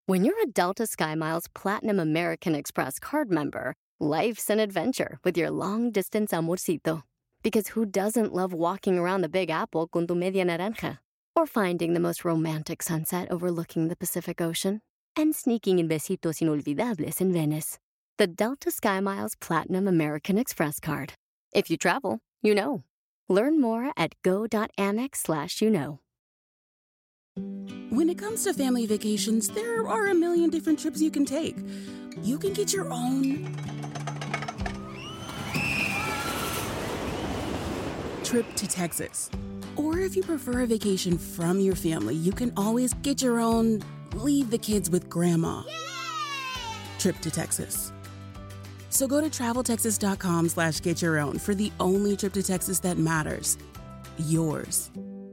When you're a Delta SkyMiles Platinum American Express card member, life's an adventure with your long-distance amorcito. Because who doesn't love walking around the Big Apple con tu media naranja? Or finding the most romantic sunset overlooking the Pacific Ocean? And sneaking in besitos inolvidables in Venice. The Delta SkyMiles Platinum American Express card. If you travel, you know. Learn more at go.amex/you-know. When it comes to family vacations, there are a million different trips you can take. You can get your own trip to Texas. Or if you prefer a vacation from your family, you can always get your own leave the kids with grandma trip to Texas. So go to traveltexas.com/get-your-own for the only trip to Texas that matters. Yours.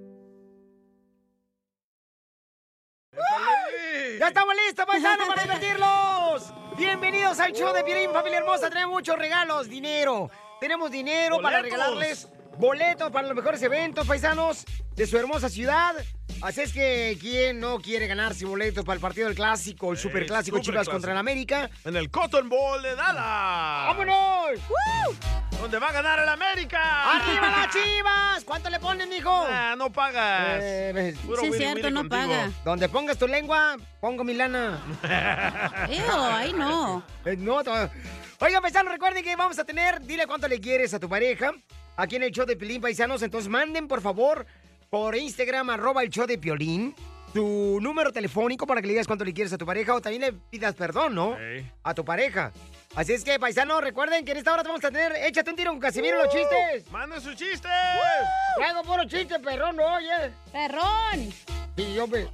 ¡Ya estamos listos, paisanos, para divertirlos! Bienvenidos al show de Piolín, familia hermosa. Tenemos muchos regalos, dinero. Tenemos dinero para regalarles boletos para los mejores eventos, paisanos, de su hermosa ciudad. Así es que, ¿quién no quiere ganarse boletos para el partido del clásico, el superclásico Chivas contra el América? En el Cotton Bowl de Dallas. ¡Vámonos! ¡Woo! ¿Dónde va a ganar el América? ¡Arriba las Chivas! ¿Cuánto le ponen, mijo? No pagas. Sí, es cierto, no paga. Donde pongas tu lengua, pongo mi lana. Ahí no. Oiga, paisanos, recuerden que vamos a tener, dile cuánto le quieres a tu pareja, aquí en el show de Piolín, paisanos. Entonces manden, por favor, por Instagram, @el show de Piolín, tu número telefónico para que le digas cuánto le quieres a tu pareja o también le pidas perdón, ¿no? Sí. A tu pareja. Así es que, paisanos, recuerden que en esta hora vamos a tener Échate un tiro con Casimiro, los chistes. ¡Manden sus chistes! Traigo puro chiste, perrón, ¿no? Oye. ¡Perrón! Y yo me.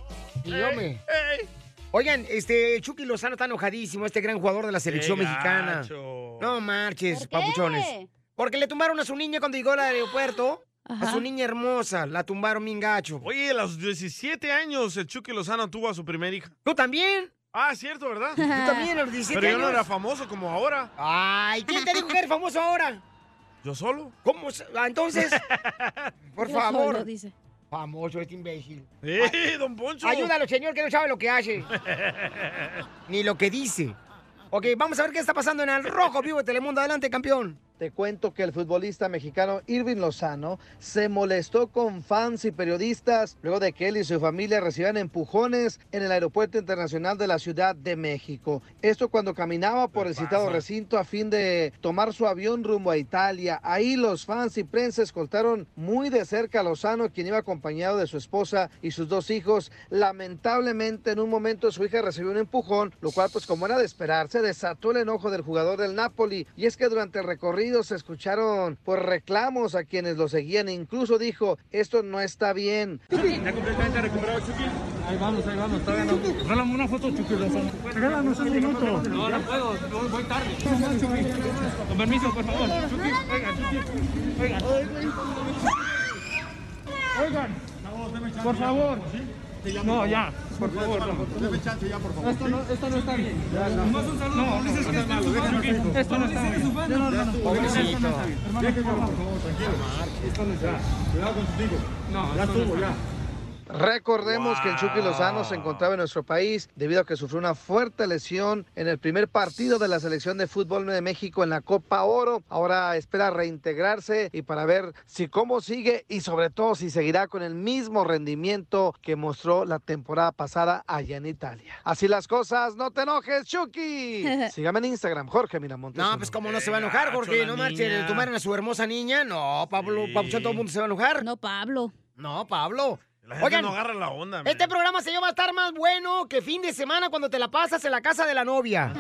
Oigan, Chucky Lozano está enojadísimo, este gran jugador de la selección mexicana. No marches, papuchones. Porque le tumbaron a su niña cuando llegó al aeropuerto. Ajá. A su niña hermosa, la tumbaron bien gacho. Oye, a los 17 años el Chucky Lozano tuvo a su primera hija. ¿Tú también? Ah, cierto, ¿verdad? Tú también a los 17 Pero años. yo no era famoso como ahora. Ay, ¿quién te dijo que eres famoso ahora? ¿Yo solo? ¿Cómo? Entonces, por Yo favor. solo, dice. Famoso, este imbécil. Don Poncho. Ayúdalo, señor, que no sabe lo que hace. Ni lo que dice. Ok, vamos a ver qué está pasando en el Rojo Vivo de Telemundo. Adelante, campeón. Te cuento que el futbolista mexicano Irving Lozano se molestó con fans y periodistas luego de que él y su familia recibían empujones en el Aeropuerto Internacional de la Ciudad de México. Esto cuando caminaba por el citado recinto a fin de tomar su avión rumbo a Italia. Ahí los fans y prensa escoltaron muy de cerca a Lozano, quien iba acompañado de su esposa y sus 2 hijos. Lamentablemente, en un momento su hija recibió un empujón, lo cual, pues como era de esperarse, desató el enojo del jugador del Napoli. Y es que durante el recorrido se escucharon por reclamos a quienes lo seguían. Incluso dijo, esto no está bien. ¿Ya completamente recuperado, Chucky? Ahí vamos, todavía no. Regálame una foto, Chucky. Regálanos un minuto. No puedo, voy tarde. Con permiso, por favor. Chucky, oigan, Chucky. Oigan, por favor. No, ya, por favor. Deme chance ya, por favor. Esto no está bien. No, dices que esto no está bien. Pobrecito. Déjenlo, por favor, tranquilo. Esto no está. Cuidado con sus hijos. No, ya estuvo, ya. Recordemos que el Chucky Lozano se encontraba en nuestro país debido a que sufrió una fuerte lesión en el primer partido de la selección de fútbol de México en la Copa Oro. Ahora espera reintegrarse y para ver si cómo sigue y sobre todo si seguirá con el mismo rendimiento que mostró la temporada pasada allá en Italia. Así las cosas, no te enojes, Chucky. Sígame en Instagram, Jorge Miramontes. No, pues cómo no se va a enojar, Jorge. No marche, le tomaron a su hermosa niña. No, Pablo, Papuchón, todo el mundo se va a enojar. No, Pablo. No, Pablo. La gente no agarra la onda. Este programa se va a estar más bueno que fin de semana cuando te la pasas en la casa de la novia.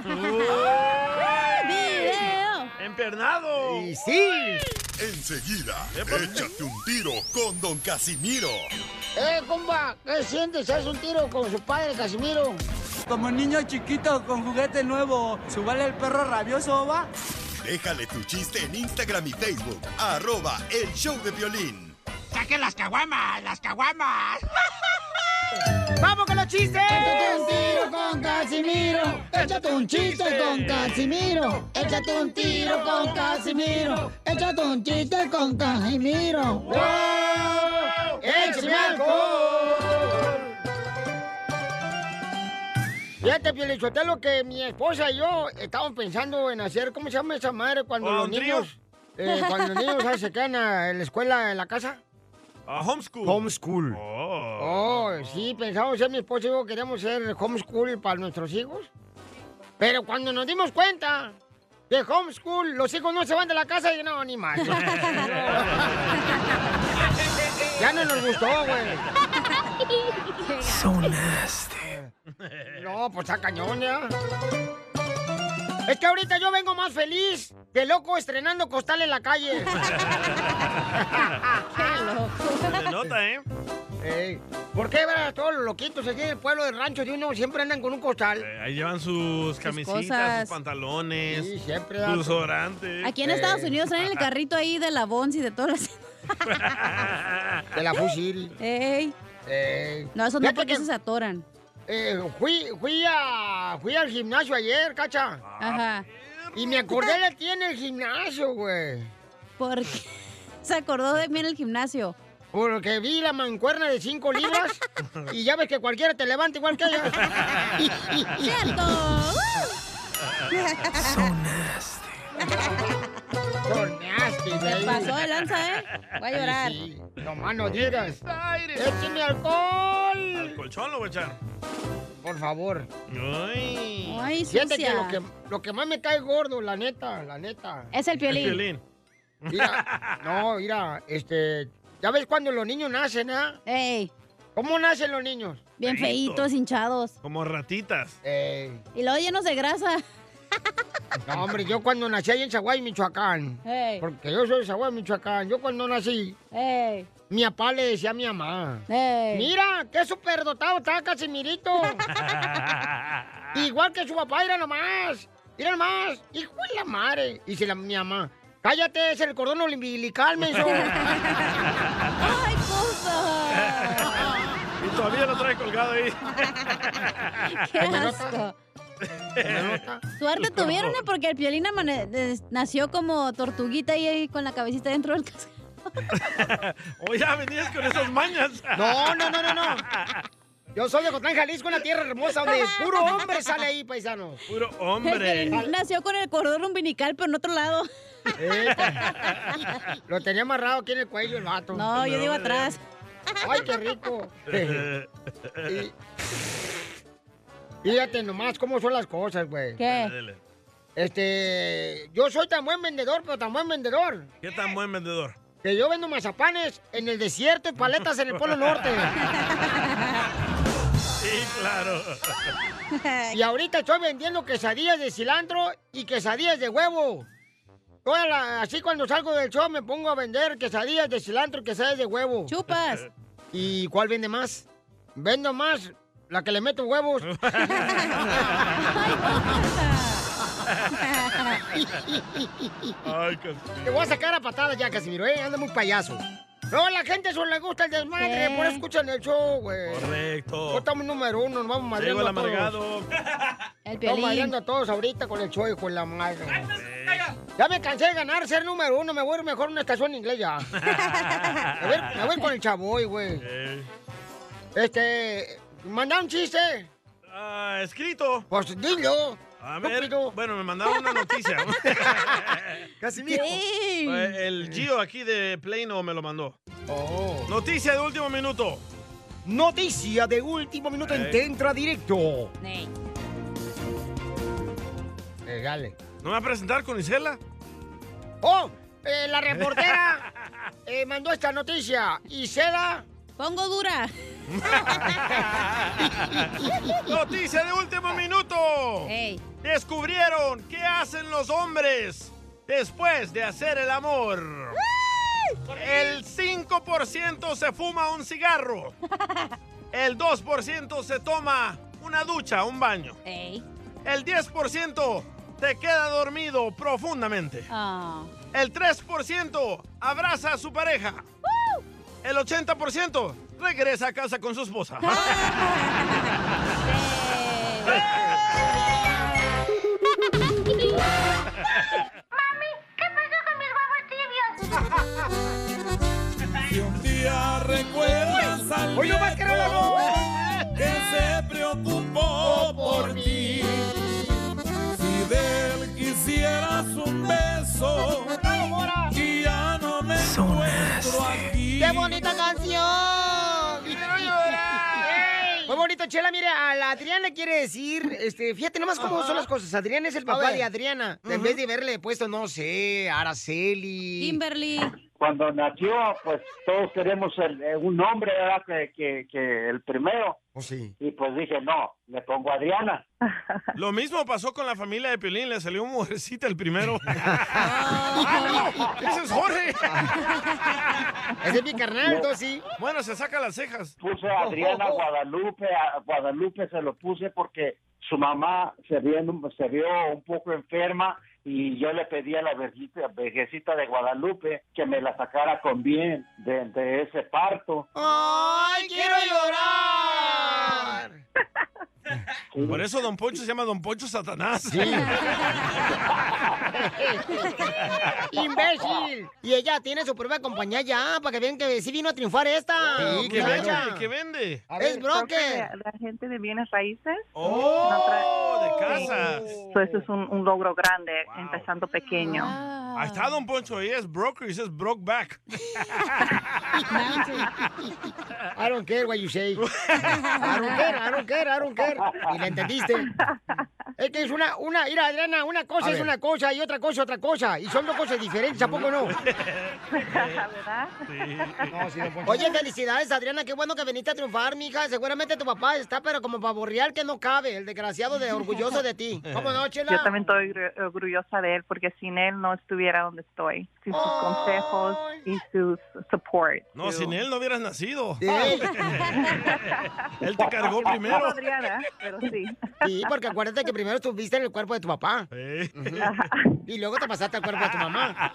¡Video! ¡Empernado! Y sí. Enseguida, échate un tiro con Don Casimiro. Compa, ¿qué sientes? ¿Haz un tiro con su padre, Casimiro? Como niño chiquito con juguete nuevo, ¿subale el perro rabioso, va? Déjale tu chiste en Instagram y Facebook, @el show de Piolín. ¡Saquen las caguamas! ¡Las caguamas! ¡Vamos con los chistes! Échate un tiro con Casimiro. Échate un chiste con Casimiro. Échate un tiro con Casimiro. Échate un chiste con Casimiro. ¡Wow! ¡Échame alcohol! Fíjate, Pielichotelo, que mi esposa y yo estábamos pensando en hacer, ¿cómo se llama esa madre? Cuando los niños, cuando los niños ¿sabes? Se quedan en la escuela, en la casa. Homeschool. Homeschool. Sí, pensamos ser mi esposa y yo queríamos hacer homeschool para nuestros hijos. Pero cuando nos dimos cuenta de homeschool, los hijos no se van de la casa y no, ni más. Ya no nos gustó, güey. So nasty. No, pues está cañón, ya. Es que ahorita yo vengo más feliz que loco estrenando costal en la calle. ¡Qué loco! Se nota, ¿eh? ¿Por qué, verdad? Todos los loquitos aquí en el pueblo del rancho de uno siempre andan con un costal? Ahí llevan sus camisitas, cosas. sus pantalones, sí, siempre sus desodorantes. Aquí en Estados Unidos traen el carrito ahí de la Bonzi y de todas las... De la Fusil. ¡Ey! No, eso no, porque esos se atoran. Fui al gimnasio ayer, Cacha. Ajá. Y me acordé de ti en el gimnasio, güey. ¿Por qué se acordó de mí en el gimnasio? Porque vi la mancuerna de 5 libras y ya ves que cualquiera te levanta igual que ella. ¡Cierto! So nasty. So nasty, Se baby. pasó de lanza, ¿eh? Voy a llorar. Sí. No más no digas. ¡Écheme alcohol! ¿Al colchón lo voy a echar? Por favor. Ay. Ay, Fíjate sucia. que lo que más me cae gordo, la neta. Es el Piolín. El Piolín. Mira, mira, ¿ya ves cuando los niños nacen, ah? ¡Ey! ¿Cómo nacen los niños? Bien feitos, hinchados. Como ratitas. Y luego llenos de grasa. No, hombre, yo cuando nací ahí en Zaguay, Michoacán. Ey. Porque yo soy de Zaguay, Michoacán. Yo cuando nací, ¡Ey! mi papá le decía a mi mamá. ¡Ey! Mira, qué superdotado está Casimirito. Igual que su papá, mira nomás. Mira nomás. Hijo de la madre. Dice mi mamá. Cállate, es el cordón umbilical, menso. ¡Ay, cosa! Y todavía lo trae colgado ahí. ¡Qué asco! Suerte tuvieron, porque el Piolín nació como tortuguita ahí con la cabecita dentro del casco. O ya venías con esas mañas. No. Yo soy de Cotlán, Jalisco, una tierra hermosa donde puro hombre sale ahí, paisanos. Puro El hombre. Piolín nació con el cordón umbilical, pero en otro lado. Lo tenía amarrado aquí en el cuello el vato. No, yo digo atrás. ¡Ay, qué rico! Fíjate nomás cómo son las cosas, güey. ¿Qué? Yo soy tan buen vendedor, pero tan buen vendedor, ¿Qué tan buen vendedor? que yo vendo mazapanes en el desierto y paletas en el Polo Norte. Sí, claro. Y ahorita estoy vendiendo quesadillas de cilantro y quesadillas de huevo. Así cuando salgo del show me pongo a vender quesadillas de cilantro y quesadillas de huevo. ¡Chupas! ¿Y cuál vende más? Vendo más la que le meto huevos. Ay, Casimiro. Te voy a sacar a patadas ya, Casimiro, anda muy payaso. No, a la gente solo le gusta el desmadre, ¿Qué? por eso escuchan el show, güey. Correcto. No estamos número 1, nos vamos Llegó madreando el a todos. amargado. El Estamos Piolín. madreando a todos ahorita con el show y con la madre. Ya me cansé de ganar, ser número 1, me voy a ir mejor a una estación en inglés ya. Me voy con el chavoy, güey. Mandá un chiste. Escrito. Pues dilo. A ver, Estúpido. bueno, me mandaron una noticia. Casimiro. Sí. El Gio aquí de Plano me lo mandó. Oh. Noticia de último minuto. Noticia de último minuto en Te Entra Directo. Ey. Dale. ¿No me va a presentar con Isela? ¡Oh! La reportera mandó esta noticia. Isela. Pongo dura. Noticia de último minuto. Ey. Descubrieron qué hacen los hombres después de hacer el amor. El 5% se fuma un cigarro. El 2% se toma una ducha, un baño. Ey. El 10% te queda dormido profundamente. Ah. El 3% abraza a su pareja. El 80% regresa a casa con su esposa. Mami, ¿qué pasó con mis huevos tibios? Si un día recuerdas al ¡Hoy no más que viejo que se preocupó por mí, a la Adrián le quiere decir, fíjate nomás cómo son las cosas. Adrián es el papá de Adriana. En vez de haberle puesto, no sé, Araceli. Kimberly. Cuando nació, pues todos queremos un nombre, ¿verdad? Que el primero. Oh, sí. Y pues dije, no, le pongo Adriana. Lo mismo pasó con la familia de Piolín, le salió un mujercita el primero. ¡No! ¡Ese es Jorge! Ese es mi carnal, sí. Bueno, se saca las cejas. Puse a Adriana Guadalupe, a Guadalupe se lo puse porque su mamá se vio un poco enferma y yo le pedí a la vejecita de Guadalupe que me la sacara con bien de ese parto. ¡Ay, quiero llorar! Por eso Don Poncho se llama Don Poncho Satanás. Sí. ¡Imbécil! Y ella tiene su propia compañía ya, para que vean que sí vino a triunfar esta. Sí, ¿qué vende? ¿Qué vende? Es broker. La gente de bienes raíces. ¡Oh! De casa. Eso es un logro grande, empezando pequeño. Ahí está Don Poncho, ella es broker y es brokeback. I don't care what you say. I don't care. Y la entendiste. Es que es mira, Adriana, una cosa es una cosa y otra cosa otra cosa. Y son dos cosas diferentes, ¿a poco no? ¿Verdad? Sí. No, sí, oye, felicidades, Adriana, qué bueno que viniste a triunfar, mija. Seguramente tu papá está, pero como pavorreal que no cabe, el desgraciado de orgulloso de ti. ¿Cómo no, Chela? Yo también estoy orgullosa de él, porque sin él no estuviera donde estoy. Sin sus consejos y su support. No, sin él no hubieras nacido. Sí. Él te cargó primero. Adriana, pero sí. Sí, porque acuérdate que primero estuviste en el cuerpo de tu papá. Sí. Y luego te pasaste al cuerpo de tu mamá.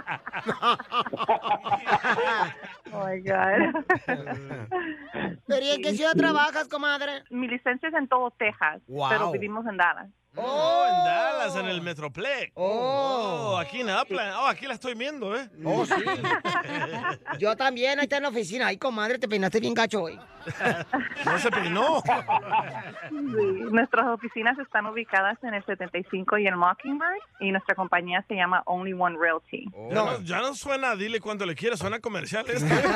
Oh my God. ¿Pero y en qué ciudad trabajas, comadre? Mi licencia es en todo Texas, pero vivimos en Dallas. Oh, en Dallas, en el Metroplex. Oh, aquí en Upland. Oh, aquí la estoy viendo, ¿eh? Oh, sí. Yo también, ahí está en la oficina. Ay, comadre, te peinaste bien gacho hoy. No se peinó. Sí, nuestras oficinas están ubicadas en el 75 y el Mockingbird, y nuestra compañía se llama Only One Realty. No, ya no suena, dile cuánto le quieres, suena comercial esto. Pero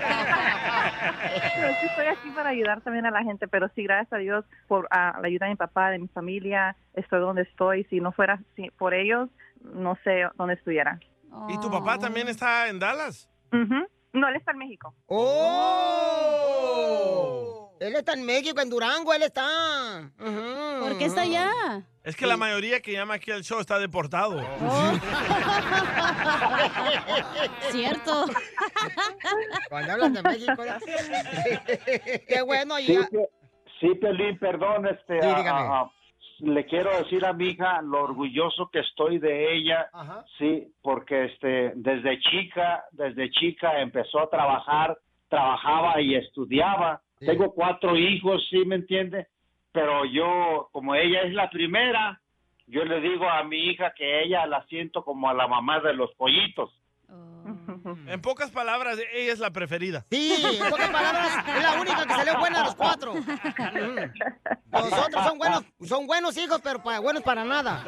sí estoy aquí para ayudar también a la gente, pero sí, gracias a Dios por la ayuda de mi papá, de mi familia, estoy donde estoy. Si no fuera por ellos, no sé dónde estuviera. ¿Y tu papá también está en Dallas? No, él está en México. ¡Oh! Él está en México, en Durango, él está. ¿Por qué está allá? Es que la mayoría que llama aquí al show está deportado. Cierto. Cuando hablan de México. Qué bueno. Sí, Pelín, perdón, dígame. le quiero decir a mi hija lo orgulloso que estoy de ella. Ajá. Sí, porque desde chica empezó a trabajaba y estudiaba. Sí. Tengo 4 hijos, ¿sí me entiende? Pero yo, como ella es la primera, yo le digo a mi hija que ella la siento como a la mamá de los pollitos. En pocas palabras, ella es la preferida. Sí, en pocas palabras, es la única que salió buena de los 4. Los otros son buenos hijos, pero buenos para nada.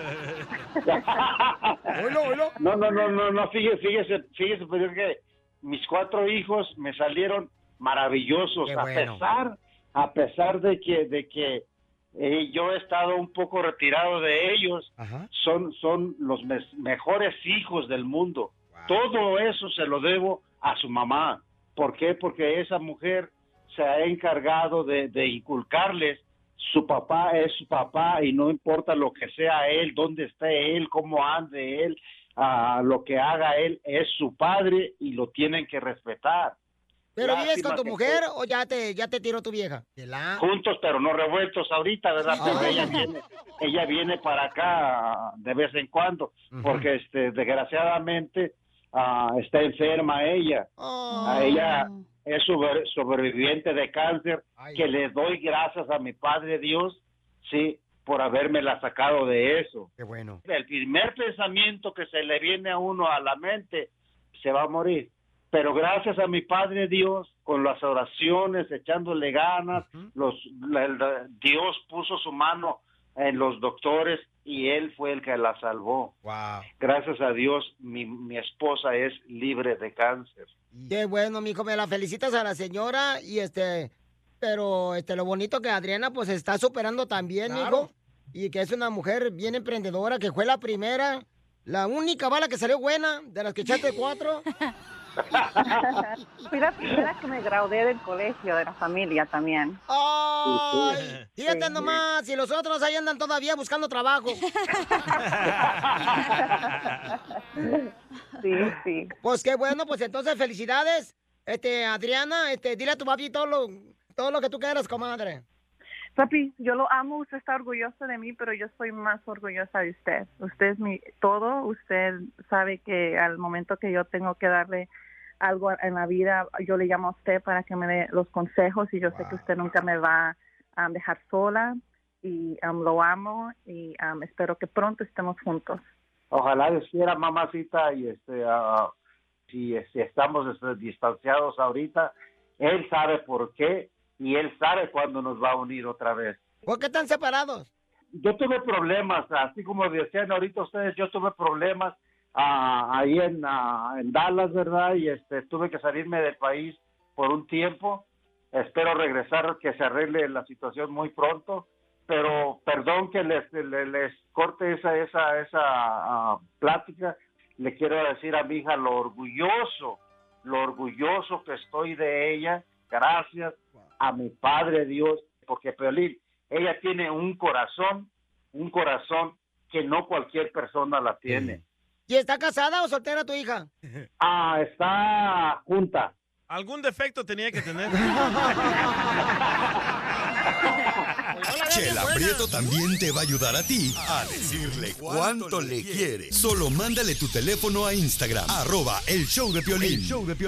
No, fíjese, pero es que mis 4 hijos me salieron maravillosos, bueno. a pesar de que yo he estado un poco retirado de ellos. Ajá. Son los mejores hijos del mundo. Wow. Todo eso se lo debo a su mamá. ¿Por qué? Porque esa mujer se ha encargado de inculcarles. Su papá es su papá y no importa lo que sea él, dónde esté él, cómo ande él, lo que haga él, es su padre y lo tienen que respetar. ¿Pero vives con tu mujer o ya te tiró tu vieja? Juntos, pero no revueltos ahorita, ¿verdad? Pero ella viene para acá de vez en cuando, porque desgraciadamente está enferma ella. Ella es sobreviviente de cáncer. Que le doy gracias a mi Padre Dios, sí, por habérmela sacado de eso. Qué bueno. El primer pensamiento que se le viene a uno a la mente, se va a morir. Pero gracias a mi Padre Dios, con las oraciones, echándole ganas, Dios puso su mano en los doctores y Él fue el que la salvó. Wow. Gracias a Dios, mi esposa es libre de cáncer. Qué bueno, mijo, me la felicitas a la señora y pero lo bonito que Adriana pues está superando también, hijo. Y que es una mujer bien emprendedora, que fue la primera, la única bala que salió buena, de las que echaste 4. Fui la primera que me gradué del colegio, de la familia también. ¡Ay! Fíjate nomás, si los otros ahí andan todavía buscando trabajo. Sí. Pues qué bueno, pues entonces felicidades, Adriana, dile a tu papi todo lo que tú quieras, comadre. Papi, yo lo amo, usted está orgulloso de mí, pero yo soy más orgullosa de usted. Usted es mi todo, usted sabe que al momento que yo tengo que darle algo en la vida, yo le llamo a usted para que me dé los consejos y yo sé que usted nunca me va a dejar sola y lo amo y espero que pronto estemos juntos. Ojalá Dios quiera, mamacita, y si estamos distanciados ahorita, él sabe por qué. Y él sabe cuándo nos va a unir otra vez. ¿Por qué están separados? Yo tuve problemas, así como decían ahorita ustedes, yo tuve problemas ahí en Dallas, ¿verdad? Y tuve que salirme del país por un tiempo. Espero regresar, que se arregle la situación muy pronto. Pero perdón que les corte esa plática. Le quiero decir a mi hija lo orgulloso que estoy de ella. Gracias a mi Padre Dios, porque Piolín, ella tiene un corazón que no cualquier persona la tiene. ¿Y está casada o soltera tu hija? Está junta. Algún defecto tenía que tener. Chela Prieto también te va a ayudar a ti a decirle cuánto le quiere. Solo mándale tu teléfono a Instagram, @elshowdepiolín.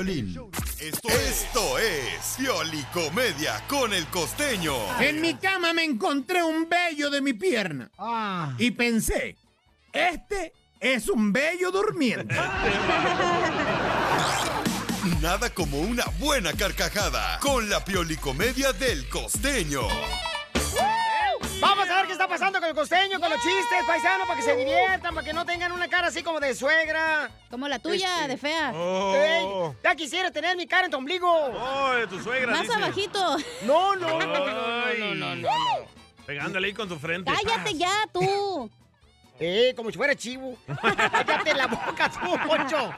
Esto es Piolicomedia con el Costeño. En mi cama me encontré un vello de mi pierna. Y pensé, este es un vello durmiente. Nada como una buena carcajada con la Piolicomedia del Costeño. Vamos a ver qué está pasando con el Costeño, con los chistes, paisanos, para que se diviertan, para que no tengan una cara así como de suegra. Como la tuya, de fea. Ey, ya quisiera tener mi cara en tu ombligo. Oh, de tu suegra, Más dice. abajito. No. Pegándole ahí con tu frente. Cállate ya, tú. Como si fuera chivo. Cállate la boca, tú, Poncho.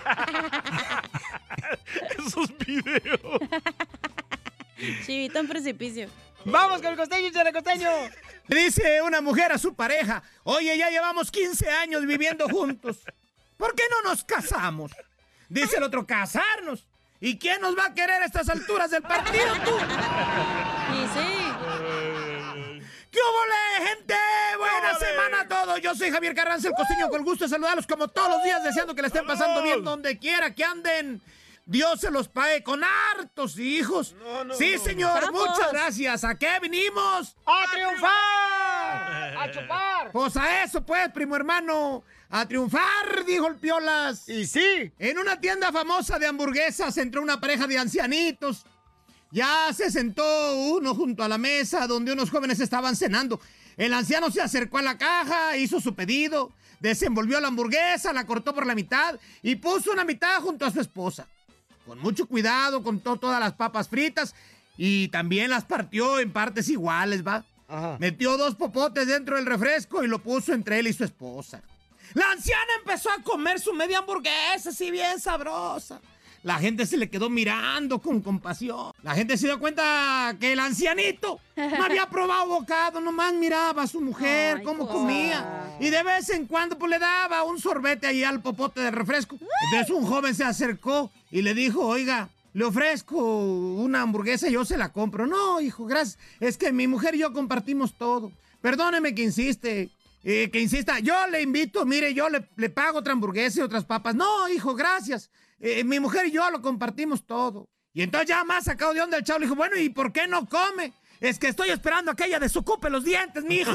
Esos videos. Chivito en precipicio. Vamos con el Costeño, Chela Costeño. Dice una mujer a su pareja, oye, ya llevamos 15 años viviendo juntos. ¿Por qué no nos casamos? Dice el otro, ¿casarnos? ¿Y quién nos va a querer a estas alturas del partido, tú? Y sí. ¿Qué hubo, gente? Buena semana a todos. Yo soy Javier Carranza, el Costeño, con gusto de saludarlos como todos los días, deseando que la estén pasando bien donde quiera que anden. Dios se los pague con hartos hijos. Sí, señor, ¡Vamos! muchas gracias. ¿A qué vinimos? ¡A triunfar! ¡A chupar! Pues a eso, pues, primo hermano. A triunfar, dijo el Piolas. Y sí. En una tienda famosa de hamburguesas entró una pareja de ancianitos. Ya se sentó uno junto a la mesa donde unos jóvenes estaban cenando. El anciano se acercó a la caja, hizo su pedido, desenvolvió la hamburguesa, la cortó por la mitad y puso una mitad junto a su esposa. Con mucho cuidado contó todas las papas fritas y también las partió en partes iguales, ¿va? Ajá. Metió 2 popotes dentro del refresco y lo puso entre él y su esposa. La anciana empezó a comer su media hamburguesa, así bien sabrosa. La gente se le quedó mirando con compasión. La gente se dio cuenta que el ancianito no había probado bocado, nomás miraba a su mujer, cómo comía. Y de vez en cuando pues le daba un sorbete ahí al popote de refresco. Entonces un joven se acercó y le dijo, oiga, le ofrezco una hamburguesa y yo se la compro. No, hijo, gracias. Es que mi mujer y yo compartimos todo. Perdóneme que insista. Yo le invito, mire, yo le pago otra hamburguesa y otras papas. No, hijo, gracias. Mi mujer y yo lo compartimos todo. Y entonces ya más sacado de onda el chavo le dijo, bueno, ¿y por qué no come? Es que estoy esperando a que ella desocupe los dientes, mijo.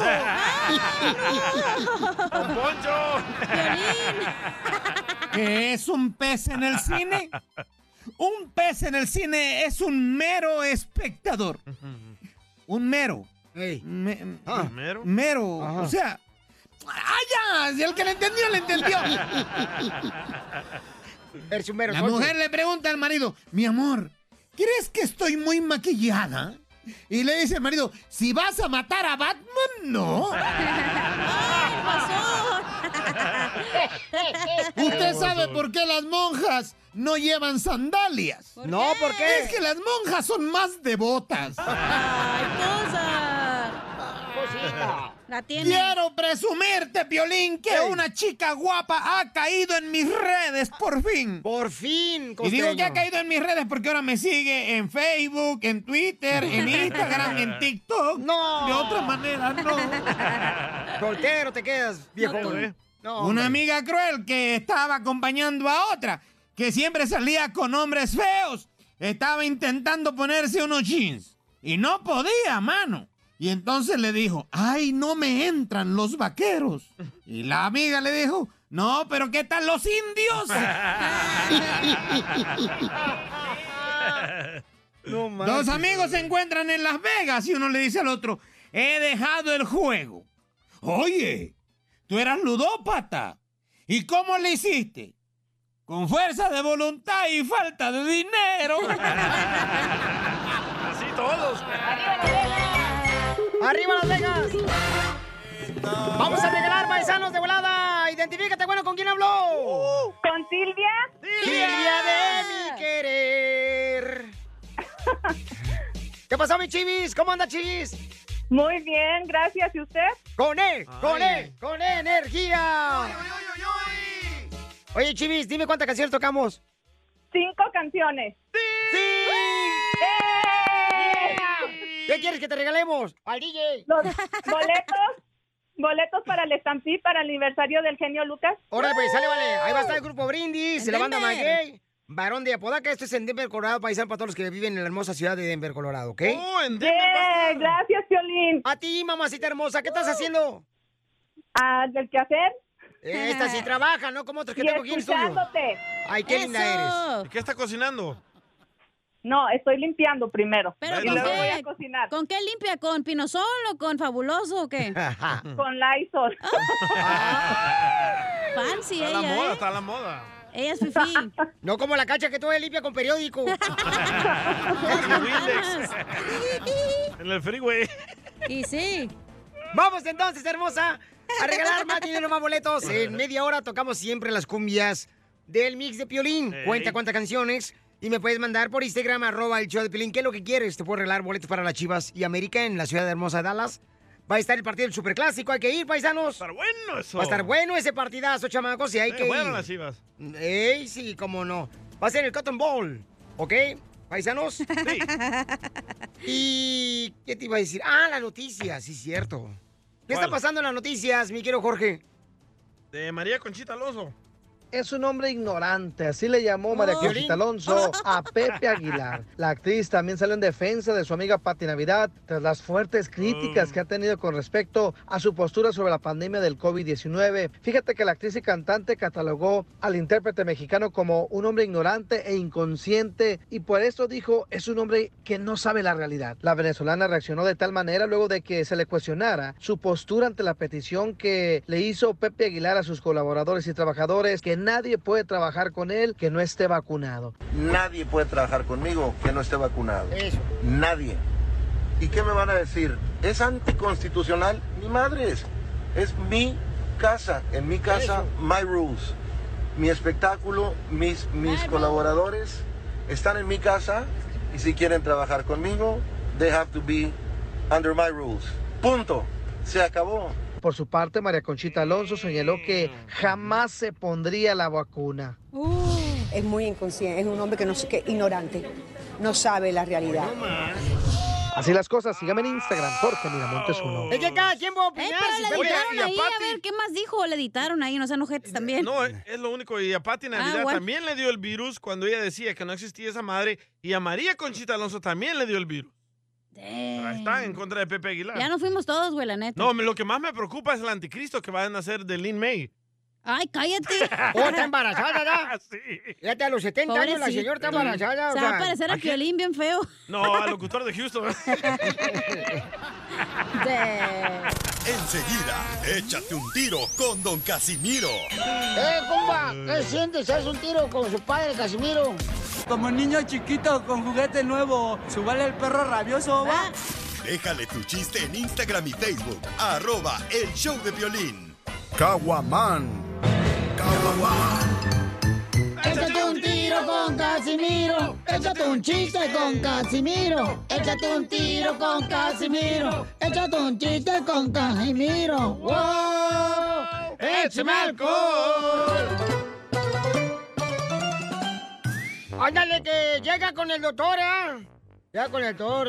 ¡Don Poncho! ¿Qué es un pez en el cine? Un pez en el cine es un mero espectador. Un mero. ¿Mero? Mero. Ajá. O sea... ¡Ah, ya! El que le entendió, le entendió. La mujer le pregunta al marido, mi amor, ¿crees que estoy muy maquillada? Y le dice el marido, si vas a matar a Batman, no. ¡Ay, pasó! ¿Usted sabe por qué las monjas no llevan sandalias? No, ¿por qué? Es que las monjas son más devotas. ¡Ay, cosa! La tiene. Quiero presumirte, Piolín, que una chica guapa ha caído en mis redes, por fin. Por fin, Y digo costeño. que ha caído en mis redes porque ahora me sigue en Facebook, en Twitter, en Instagram, en TikTok. No. De otra manera, no. Soltero te quedas, viejo. No, hombre. Una amiga cruel que estaba acompañando a otra, que siempre salía con hombres feos, estaba intentando ponerse unos jeans y no podía, mano. Y entonces le dijo, ay, no me entran los vaqueros. Y la amiga le dijo, no, pero ¿qué tal los indios? Dos amigos se encuentran en Las Vegas y uno le dice al otro, he dejado el juego. Oye, tú eras ludópata. ¿Y cómo le hiciste? Con fuerza de voluntad y falta de dinero. Así todos. ¡Arriba Las Vegas! Vamos a regalar, paisanos de volada. Identifícate, bueno, ¿con quién habló? ¿Con Silvia? Silvia de mi querer. ¿Qué pasó, mi Chivis? ¿Cómo anda, Chivis? Muy bien, gracias. ¿Y usted? ¡Con energía! Oye, Chivis, dime cuántas canciones tocamos. 5 canciones. ¡Sí! ¿Qué quieres que te regalemos? ¡Al DJ! Los boletos para el Estampí para el aniversario del genio Lucas. Órale, pues, sale, vale. Ahí va a estar el grupo Brindis, la banda Maguey, Varón de Apodaca. Esto es en Denver, Colorado, paisano, para todos los que viven en la hermosa ciudad de Denver, Colorado, ¿ok? ¡Oh, en Denver! Gracias, Piolín. A ti, mamacita hermosa, ¿qué estás haciendo? ¿Del quehacer? Esta sí trabaja, ¿no? Como otros que Y tengo aquí en el estudio. escuchándote. Ay, qué linda eres. ¿Y qué está cocinando? No, estoy limpiando primero. ¿Pero y con luego qué? voy a cocinar. ¿Con qué limpia? ¿Con Pinosol o con Fabuloso o qué? Con Lysol. Fancy Está a la ella, moda, ¿eh? está a la moda. Ella es fifí. No como la Cacha que todo limpia con periódico. En el freeway. Y sí. Vamos entonces, hermosa, a regalar más dinero, más boletos. En media hora tocamos siempre las cumbias del mix de Piolín. Ey. Cuenta cuántas canciones. Y me puedes mandar por Instagram, @el show de Piolín. ¿Qué es lo que quieres? Te puedo regalar boletos para las Chivas y América en la ciudad de hermosa Dallas. Va a estar el partido del Superclásico. Hay que ir, paisanos. Va a estar bueno eso. Va a estar bueno ese partidazo, chamacos, y hay que Bueno, ir. las Chivas. Ey, sí, cómo no. Va a ser el Cotton Bowl, ¿ok? Paisanos. Sí. ¿Y qué te iba a decir? Ah, la noticia, sí, cierto. ¿Qué está ¿Cuál? pasando en las noticias, mi querido Jorge? De María Conchita Alonso. Es un hombre ignorante, así le llamó María ¿Piolín? Conchita Alonso a Pepe Aguilar. La actriz también salió en defensa de su amiga Pati Navidad tras las fuertes críticas que ha tenido con respecto a su postura sobre la pandemia del COVID-19. Fíjate que la actriz y cantante catalogó al intérprete mexicano como un hombre ignorante e inconsciente y por eso dijo es un hombre que no sabe la realidad. La venezolana reaccionó de tal manera luego de que se le cuestionara su postura ante la petición que le hizo Pepe Aguilar a sus colaboradores y trabajadores que nadie puede trabajar con él que no esté vacunado. Nadie puede trabajar conmigo que no esté vacunado. Eso. Nadie. ¿Y qué me van a decir? ¿Es anticonstitucional? Mi madre es mi casa. En mi casa, my rules. Mi espectáculo, mis colaboradores están en mi casa y si quieren trabajar conmigo, they have to be under my rules. Punto. Se acabó. Por su parte, María Conchita Alonso señaló que jamás se pondría la vacuna. Es muy inconsciente, es un hombre que ignorante, no sabe la realidad. Así las cosas, sígame en Instagram, Jorge Miramontes 1. Es que cada quien va a opinar. Pero le Oye, editaron y a ahí, Pati- a ver, ¿qué más dijo? Le editaron ahí, no sean ojetes también. No, es lo único. Y a Pati Navidad bueno. también le dio el virus cuando ella decía que no existía esa madre. Y a María Conchita Alonso también le dio el virus. Ahí está, en contra de Pepe Aguilar. Ya nos fuimos todos, güey, la neta. No, lo que más me preocupa es el anticristo que van a hacer de Lin May. Ay, cállate. Oh, está embarazada, ¿verdad? Sí. Fíjate, a los 70 años la señora está embarazada. Se va a parecer a Piolín bien feo. No, al locutor de Houston. Enseguida, échate un tiro con Don Casimiro. Compa, ¿qué sientes? ¿Haz un tiro con su padre, Casimiro? Como niño chiquito con juguete nuevo, ¿subale el perro rabioso, va? Déjale tu chiste en Instagram y Facebook. @El Show de Piolín. Caguamán. Échate un tiro con Casimiro. Échate un chiste con Casimiro. Échate un tiro con Casimiro. Échate un chiste con Casimiro. ¡Wow! ¡Échame alcohol! Ándale, que llega con el doctor, ¿eh? Llega con el doctor,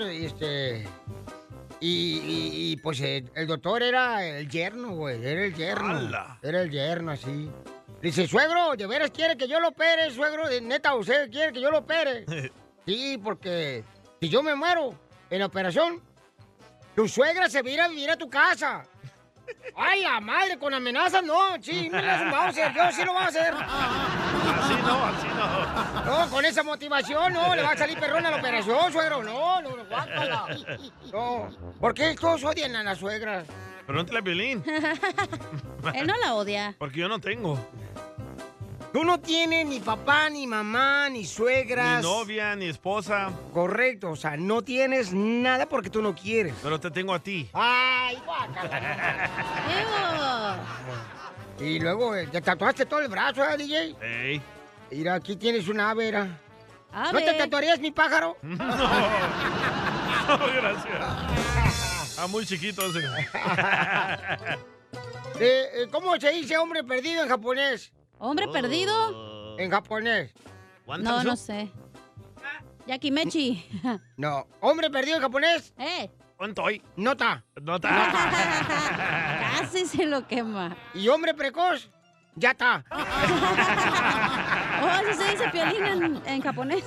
y pues el doctor era el yerno, güey. Era el yerno. ¡Hala! Era el yerno, así. Dice, suegro, ¿de veras quiere que yo lo opere, suegro? Neta, ¿usted quiere que yo lo opere? Sí, porque si yo me muero en la operación, tu suegra se va a ir a vivir a tu casa. ¡Ay, la madre! ¿Con amenazas? No, sí, no las vamos a hacer. Yo sí lo voy a hacer. Así no. No, con esa motivación, no, le va a salir perrona la operación, suegro. No, guácala. No, ¿por qué todos odian a la suegra? Pregúntale a Piolín. Él no la odia. Porque yo no tengo. Tú no tienes ni papá, ni mamá, ni suegras. Ni novia, ni esposa. Correcto, o sea, no tienes nada porque tú no quieres. Pero te tengo a ti. ¡Ay, guácala! Y luego, ¿te tatuaste todo el brazo, DJ? Ey. Mira, aquí tienes una ave, ¿no Ave. te tatuarías mi pájaro? No, gracias. Muy chiquito ese. ¿Cómo se dice hombre perdido en japonés? ¿Hombre perdido? En japonés. No sé. Yakimechi. No. ¿Hombre perdido en japonés? ¿Ontoy? Nota. Casi se lo quema. ¿Y hombre precoz? Ya está. Así se dice Piolín en japonés.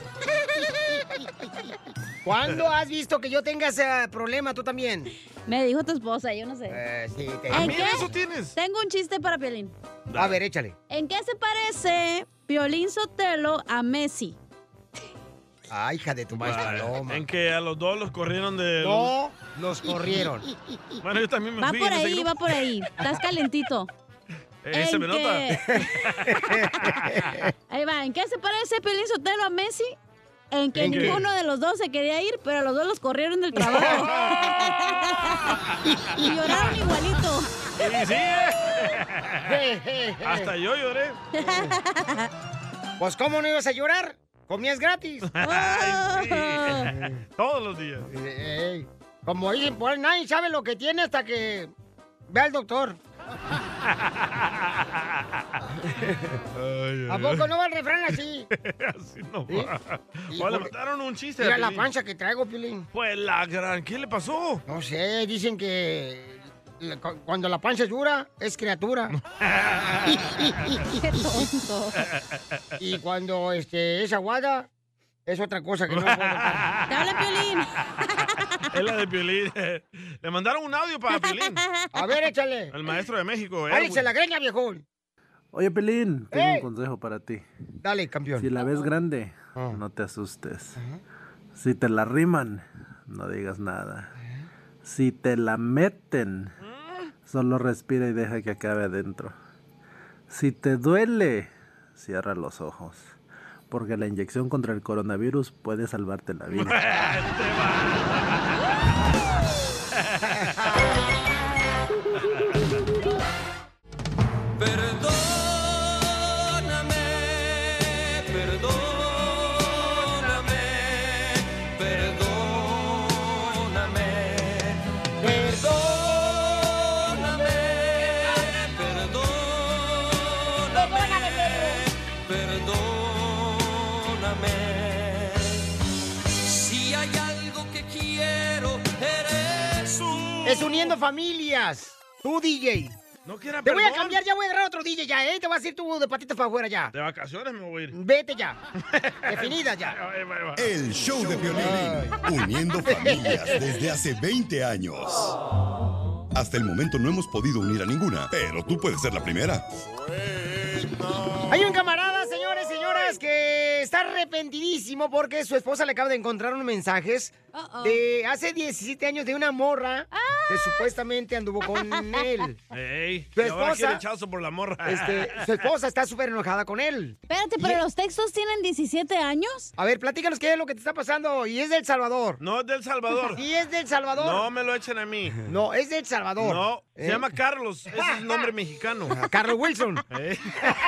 ¿Cuándo has visto que yo tenga ese problema tú también? Me dijo tu esposa, yo no sé. Sí, ¿En qué? eso tienes. Tengo un chiste para Piolín. A ver, échale. ¿En qué se parece Piolín Sotelo a Messi? Ay, hija de tu madre paloma. En que a los dos los corrieron de... No, los corrieron. Bueno, yo también me Va fui por en ese ahí, grupo. va por ahí. Estás calentito. Se me nota. Ahí va. ¿En qué se parece Piolín Sotelo a Messi? En que ¿En qué? ninguno de los dos se quería ir, pero los dos los corrieron del trabajo. Y lloraron igualito. Sí. Hasta yo lloré. Pues, ¿cómo no ibas a llorar? Comías gratis. Ay, sí. Todos los días. Como dicen, pues nadie sabe lo que tiene hasta que ve al doctor. ¿A poco no va el refrán así? Así no va. O le mandaron un chiste. Mira a la Piolín. pancha que traigo, Piolín. Pues la gran... ¿Qué le pasó? No sé, dicen que cuando la pancha es dura, es criatura. Qué tonto. Y cuando es aguada, es otra cosa que no puedo contar. ¡Te habla Piolín! Es la de Piolín. Le mandaron un audio para Piolín. A ver, échale. El maestro de México. Alex se la greña, viejón. Oye, Pelín, tengo un consejo para ti. Dale, campeón. Si la ves grande, no te asustes. Si te la riman, no digas nada. Si te la meten, solo respira y deja que acabe adentro. Si te duele, cierra los ojos. Porque la inyección contra el coronavirus puede salvarte la vida. Si hay algo que quiero, eres tú. Es uniendo familias. Tú, DJ. No quiera Te voy a perdón. cambiar, ya voy a agarrar otro DJ ya, ¿eh? Te vas a ir tú de patitas para afuera ya. De vacaciones me voy a ir. Vete ya. Definida ya. El show de Piolín, uniendo familias desde hace 20 años. Hasta el momento no hemos podido unir a ninguna, pero tú puedes ser la primera. Hay un camarada, señores, señoras, que está arrepentidísimo porque su esposa le acaba de encontrar unos mensajes de hace 17 años de una morra que supuestamente anduvo con él. Ey, Tu y ahora quiere esposa, echazo por la morra. su esposa está súper enojada con él. Espérate, ¿pero los textos tienen 17 años? A ver, platícanos qué es lo que te está pasando. Y es del Salvador. No es del Salvador. Sí, es del Salvador. No me lo echen a mí. No, es del Salvador. No, se llama Carlos. Ese es un nombre mexicano. Carlos Wilson. ¿De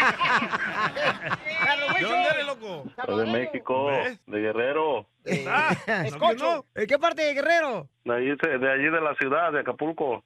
Carlos Wilson. dónde eres, loco? Soy de México, de Guerrero. Escocho. ¿En qué parte de Guerrero? De allí de la ciudad, de Acapulco.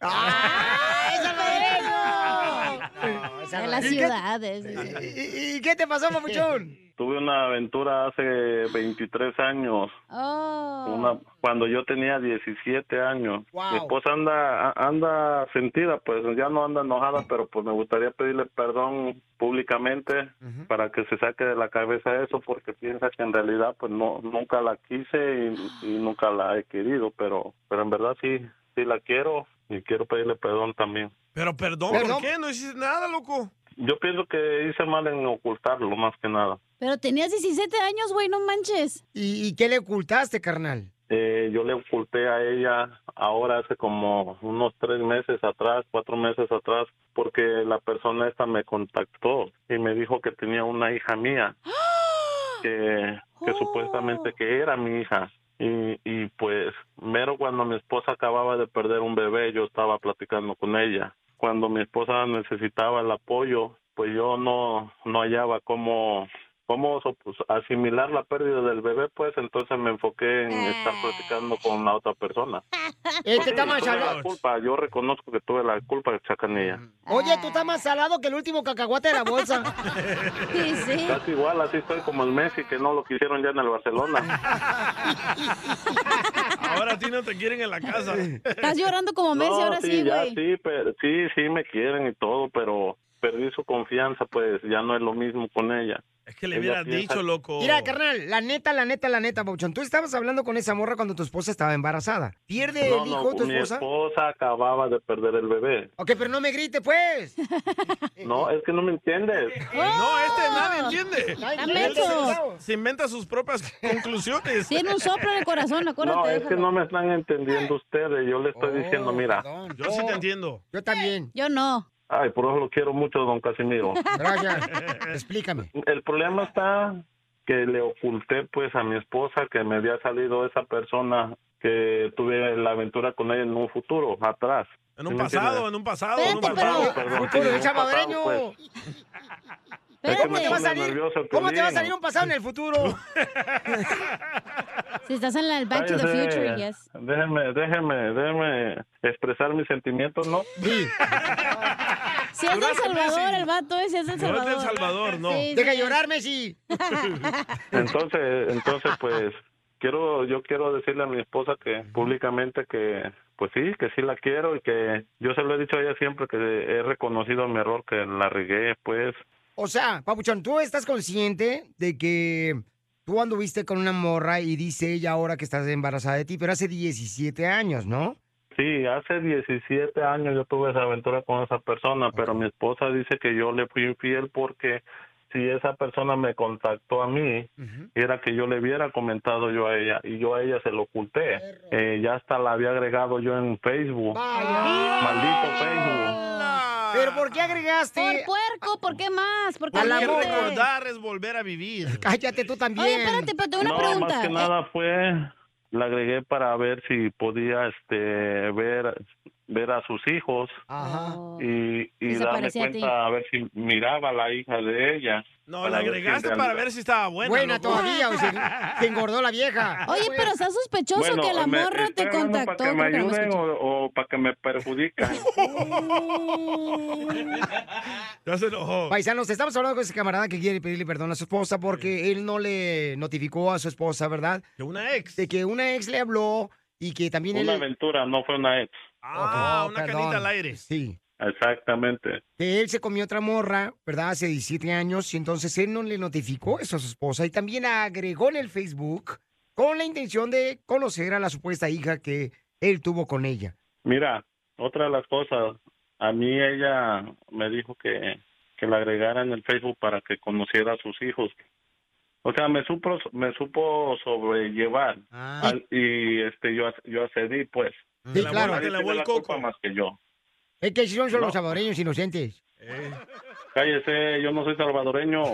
De las ciudades. ¿Y qué te pasó, papuchón? Tuve una aventura hace 23 años. Cuando yo tenía 17 años. Wow. Mi esposa anda sentida, pues ya no anda enojada, pero pues me gustaría pedirle perdón públicamente para que se saque de la cabeza eso, porque piensa que en realidad pues nunca la quise y nunca la he querido, pero en verdad sí la quiero y quiero pedirle perdón también. Pero perdón, ¿por qué? No hiciste nada, loco. Yo pienso que hice mal en ocultarlo, más que nada. Pero tenías 17 años, güey, no manches. ¿Y qué le ocultaste, carnal? Yo le oculté a ella ahora hace como unos 3 meses atrás, 4 meses atrás, porque la persona esta me contactó y me dijo que tenía una hija mía, que supuestamente que era mi hija. Y pues, mero cuando mi esposa acababa de perder un bebé, yo estaba platicando con ella. Cuando mi esposa necesitaba el apoyo, pues yo no hallaba cómo asimilar la pérdida del bebé, pues entonces me enfoqué en estar platicando con la otra persona. Está más Tuve la salado. culpa, yo reconozco que tuve la culpa de Chacanilla. Oye, tú estás más salado que el último cacahuate de la bolsa. Sí. Casi igual, así estoy como el Messi, que no lo quisieron ya en el Barcelona. Ahora a ti no te quieren en la casa. Estás llorando como Messi, ahora sí, ya, güey. sí, pero, sí me quieren y todo, pero perdí su confianza, pues ya no es lo mismo con ella. Es que le hubieras dicho, loco. Mira, carnal, la neta, Pauchón. Tú estabas hablando con esa morra cuando tu esposa estaba embarazada. ¿Pierde el hijo tu mi esposa? esposa acababa de perder el bebé. Ok, pero no me grite, pues. No, es que no me entiendes. No, nadie entiende. Está menso. Se inventa sus propias conclusiones. Tiene un soplo en el corazón, acuérdate. No, es déjalo. que no me están entendiendo ustedes. Yo le estoy diciendo, mira. Yo sí te entiendo. Yo también. Yo no. Ay, por eso lo quiero mucho, don Casimiro. Gracias. Explícame. El problema está que le oculté, pues, a mi esposa que me había salido esa persona que tuve la aventura con ella en un futuro, atrás. En un pasado. Perdón, Futuro en de un salvadoreño. pasado, pues. ¿Cómo te va a salir? ¿Cómo te va a salir un pasado en el futuro? Si estás en el Back to the Cállese. Future, yes. Déjeme expresar mis sentimientos, ¿no? Sí. Si es del Salvador, el vato ese es del No es Salvador. del Salvador, no. Sí, Deja sí. llorar, Messi. Entonces, pues, yo quiero decirle a mi esposa que públicamente que, pues sí la quiero y que yo se lo he dicho a ella siempre que he reconocido mi error, que la regué, pues. O sea, Papuchón, tú estás consciente de que tú anduviste con una morra y dice ella ahora que estás embarazada de ti, pero hace 17 años, ¿no? Sí, hace 17 años yo tuve esa aventura con esa persona, pero mi esposa dice que yo le fui infiel porque si esa persona me contactó a mí, era que yo le hubiera comentado yo a ella, y yo a ella se lo oculté. Ya hasta la había agregado yo en Facebook. Maldito Facebook. ¿Pero por qué agregaste? Por puerco, ¿por qué más? ¿Por qué Porque miente? recordar es volver a vivir. Cállate tú también. Oye, espérate, pero tengo una pregunta. Más que nada la agregué para ver si podía ver a sus hijos. Ajá. Y se darme parecía a ti. cuenta a ver si miraba a la hija de ella. No, la agregaste para ver si estaba buena. Buena loco. todavía, o sea, se engordó la vieja. Oye, pero está sospechoso que la morra te contactó. ¿Para que me creo que no me ayuden escuchó. o para que me perjudican? Ya se enojó. Paisanos, estamos hablando con ese camarada que quiere pedirle perdón a su esposa porque él no le notificó a su esposa, ¿verdad? De una ex. De que una ex le habló y que también Una él... aventura, no fue una ex. Ah, Oh, una perdón. canita al aire. Sí. Exactamente. Que él se comió otra morra, ¿verdad? Hace 17 años y entonces él no le notificó eso a su esposa y también agregó en el Facebook con la intención de conocer a la supuesta hija que él tuvo con ella. Mira, otra de las cosas, a mí ella me dijo que la agregara en el Facebook para que conociera a sus hijos. O sea, me supo sobrellevar. Y yo accedí, pues. Sí, claro. Nadie tiene la culpa más que yo. Es que son los salvadoreños inocentes. Cállese, yo no soy salvadoreño.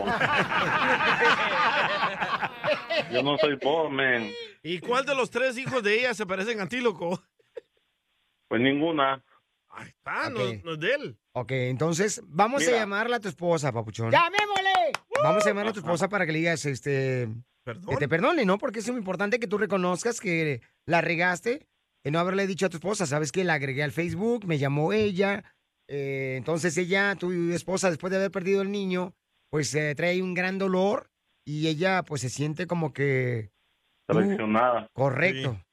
Yo no soy pobre, man. ¿Y cuál de los 3 hijos de ella se parecen a ti, loco? Pues ninguna. No es de él. Ok, entonces vamos a llamarle a tu esposa, papuchón. ¡Llamémosle! Vamos a llamarle a tu esposa para que le digas, que te perdone, ¿no? Porque es muy importante que tú reconozcas que la regaste en no haberle dicho a tu esposa. Sabes que la agregué al Facebook, me llamó ella. Entonces ella, tu esposa, después de haber perdido el niño, pues trae un gran dolor y ella pues se siente como que... Traicionada. Correcto. Sí.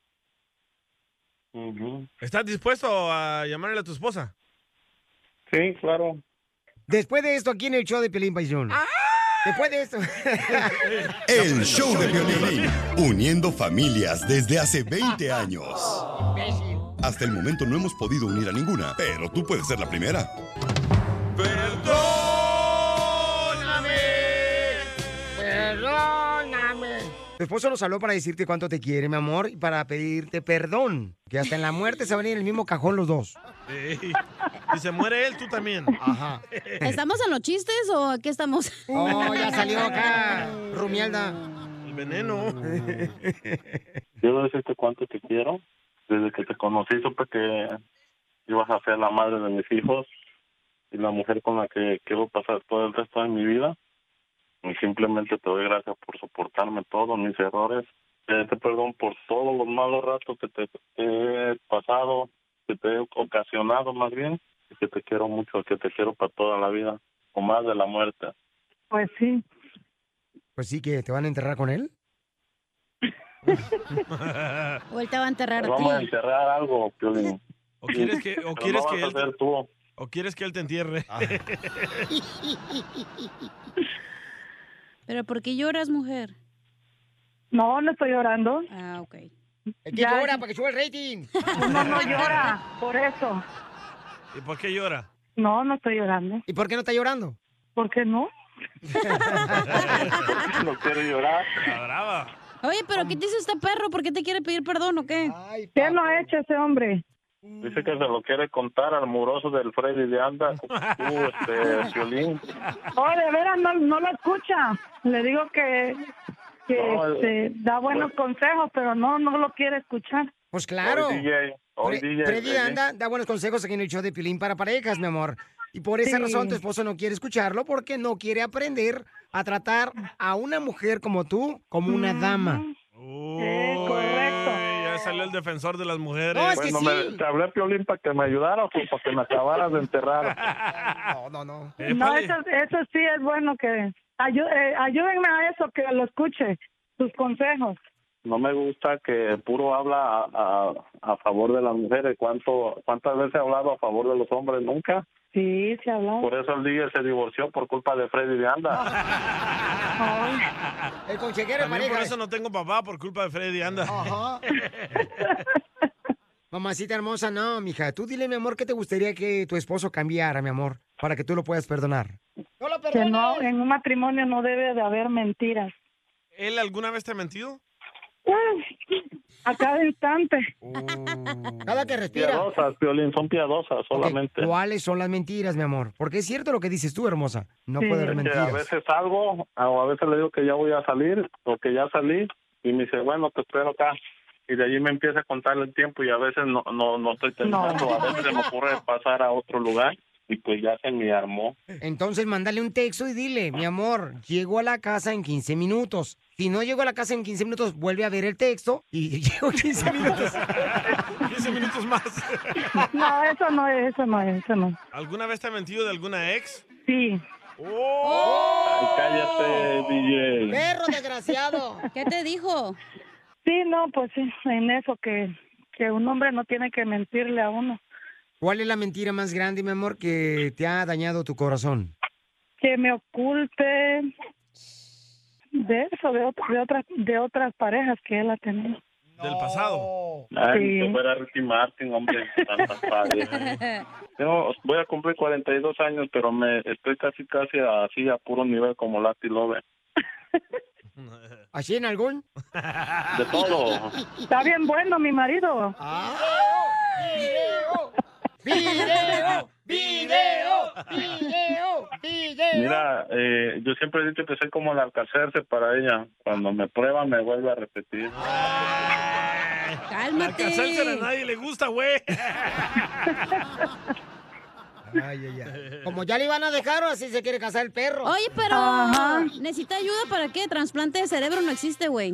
¿Estás dispuesto a llamarle a tu esposa? Sí, claro. Después de esto, aquí en el show de Piolín, paisón. Después de esto. El show de Piolín, uniendo familias desde hace 20 años. Hasta el momento no hemos podido unir a ninguna, pero tú puedes ser la primera. ¡Perdóname! Tu esposo nos habló para decirte cuánto te quiere, mi amor, y para pedirte perdón. Que hasta en la muerte se van a ir en el mismo cajón los dos. Si se muere él, tú también. Ajá. ¿Estamos en los chistes o qué estamos? Oh, ya salió acá, Rumialda. El veneno. Quiero decirte cuánto te quiero. Desde que te conocí supe que ibas a ser la madre de mis hijos y la mujer con la que quiero pasar todo el resto de mi vida. Y simplemente te doy gracias por soportarme todos mis errores. Te perdón por todos los malos ratos que te he pasado, que te he ocasionado más bien, y que te quiero mucho, que te quiero para toda la vida, o más de la muerte. Pues sí. Pues sí, que te van a enterrar con él. O él te va a enterrar a ti. Vamos a enterrar algo, Piolín. ¿O quieres que, Pero no vas a ser tú. o quieres que él te entierre? ¿Pero por qué lloras, mujer? No, no estoy llorando. Ah, ok. Es que llora para que suba el rating. No llora, por eso. ¿Y por qué llora? No, no estoy llorando. ¿Y por qué no está llorando? ¿Por qué no? No quiero llorar. La brava. Oye, ¿pero qué te hizo este perro? ¿Por qué te quiere pedir perdón o qué? ¿Qué no ha hecho ese hombre? Dice que se lo quiere contar al muroso del Freddy de Anda, Piolín. Oh, de veras, no lo escucha. Le digo que No, da buenos consejos, pero no lo quiere escuchar. Pues claro. Hoy DJ, Freddy Anda da buenos consejos aquí en el show de Piolín para parejas, mi amor. Y por esa Sí. razón tu esposo no quiere escucharlo porque no quiere aprender a tratar a una mujer como tú como una dama. Correcto. Ya salió el defensor de las mujeres. No, es que sí. Te hablé, Piolín, para que me ayudaras o para que me acabaras de enterrar. No. No, eso sí es bueno que... ayúdenme a eso, que lo escuche, sus consejos. No me gusta que puro habla a favor de las mujeres. ¿Cuántas veces he hablado a favor de los hombres? Nunca. Sí, se ha hablado. Por eso el DJ se divorció por culpa de Freddy de Anda. El consejero de También por parejas. eso no tengo papá, por culpa de Freddy Anda. Ajá. Mamacita hermosa, no, mija. Tú dile, mi amor, ¿qué te gustaría que tu esposo cambiara, mi amor? Para que tú lo puedas perdonar. Que no, en un matrimonio no debe de haber mentiras. ¿Él alguna vez te ha mentido? A cada instante. Cada que respira. Piadosas, Piolín, son piadosas solamente. ¿Cuáles son las mentiras, mi amor? Porque es cierto lo que dices tú, hermosa. No puede haber Que mentiras. a veces salgo, o a veces le digo que ya voy a salir, o que ya salí, y me dice, bueno, te espero acá. Y de allí me empieza a contar el tiempo y a veces no estoy pensando, a veces se me ocurre pasar a otro lugar y pues ya se me armó. Entonces, mándale un texto y dile, mi amor, llego a la casa en 15 minutos. Si no llego a la casa en 15 minutos, vuelve a ver el texto y llego 15 minutos. 15 minutos más. No, eso no. ¿Alguna vez te ha mentido de alguna ex? Sí. Ay, cállate, DJ. ¡Perro desgraciado! ¿Qué te dijo? Sí, no, pues sí, en eso que un hombre no tiene que mentirle a uno. ¿Cuál es la mentira más grande, mi amor, que te ha dañado tu corazón? Que me oculte de eso, de otras parejas que él ha tenido. ¿Del pasado? Ay, Sí. que fuera Ricky Martin, hombre. Tantas padres. Voy a cumplir 42 años, pero estoy casi así a puro nivel como Lati Love. ¿Así en algún? De todo. Está bien bueno mi marido. ¡Video! ¡Video! ¡Video! ¡Video! Mira, yo siempre he dicho que soy como el alcacerse para ella. Cuando me prueba, me vuelve a repetir. ¡Cálmate! A nadie le gusta, güey. Como ya le iban a dejar, o así se quiere casar el perro. Oye, pero ¿necesita ayuda para qué? Trasplante de cerebro no existe, güey.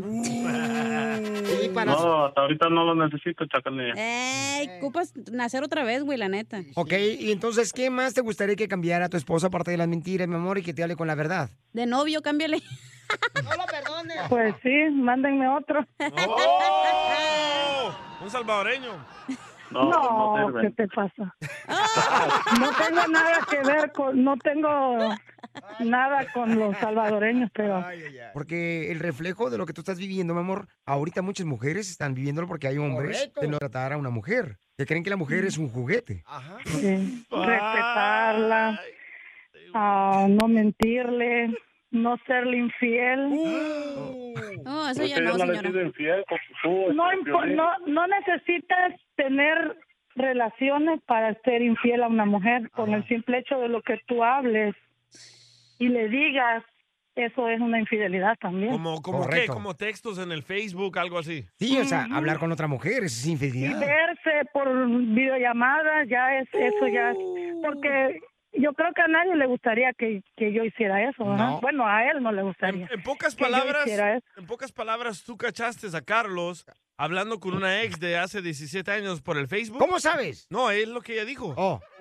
No, hasta ahorita no lo necesito, Chacalilla. Ocupas nacer otra vez, güey, la neta. Ok, y entonces, ¿qué más te gustaría que cambiara a tu esposa aparte de las mentiras, mi amor, y que te hable con la verdad? De novio, cámbiale. No lo perdone. Pues sí, mándenme otro. Un salvadoreño. No, ¿qué te pasa? No tengo nada que ver con, no tengo nada con los salvadoreños, pero... Porque el reflejo de lo que tú estás viviendo, mi amor, ahorita muchas mujeres están viviéndolo porque hay hombres que no tratar a una mujer, que creen que la mujer es un juguete. Sí. Respetarla, no mentirle, no serle infiel. Eso ya no, señora. No necesitas tener relaciones para ser infiel a una mujer. Con el simple hecho de lo que tú hables y le digas, eso es una infidelidad también. ¿Como qué? ¿Como textos en el Facebook, algo así? Sí, o sea, hablar con otra mujer, eso es Y infidelidad. verse por videollamadas, eso ya es... Porque... yo creo que a nadie le gustaría que yo hiciera eso, ¿verdad? No. Bueno, a él no le gustaría. En pocas que yo palabras, hiciera eso. tú cachaste a Carlos hablando con una ex de hace 17 años por el Facebook. ¿Cómo sabes? No, es lo que ella dijo.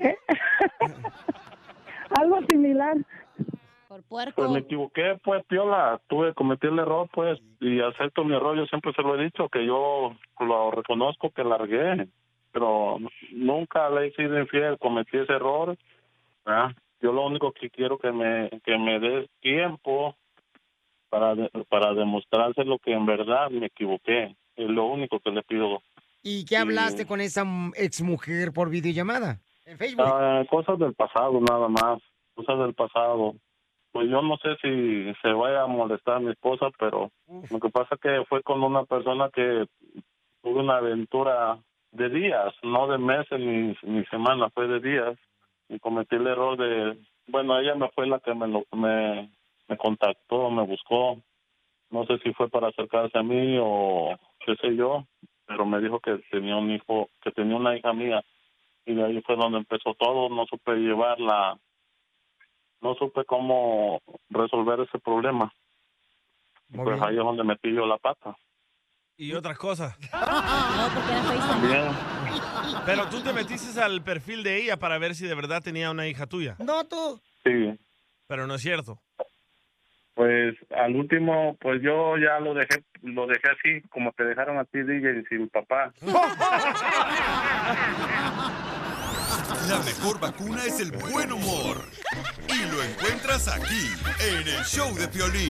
Algo similar. Por puerco. Pues me equivoqué, pues, Piola. Cometí el error, pues, y acepto mi error. Yo siempre se lo he dicho, que yo lo reconozco, que largué. Pero nunca le he sido infiel, cometí ese error. ¿verdad? Yo lo único que quiero que me des tiempo para demostrárselo que en verdad me equivoqué. Es lo único que le pido. ¿Y qué hablaste con esa exmujer por videollamada? ¿En Facebook? Cosas del pasado, nada más. Cosas del pasado. Pues yo no sé si se vaya a molestar mi esposa, pero lo que pasa que fue con una persona que tuve una aventura de días, no de meses ni semanas, fue de días. Y cometí el error de... Bueno, ella me fue la que me contactó, me buscó. No sé si fue para acercarse a mí o qué sé yo, pero me dijo que tenía un hijo, que tenía una hija mía. Y de ahí fue donde empezó todo. No supe llevarla, no supe cómo resolver ese problema. Pues ahí es donde metí yo la pata. Y otra cosa. También. Pero tú te metiste al perfil de ella para ver si de verdad tenía una hija tuya. No, tú. Sí. Pero no es cierto. Pues al último, pues yo ya lo dejé así, como te dejaron a ti, DJ, sin papá. La mejor vacuna es el buen humor. Y lo encuentras aquí, en el show de Piolín.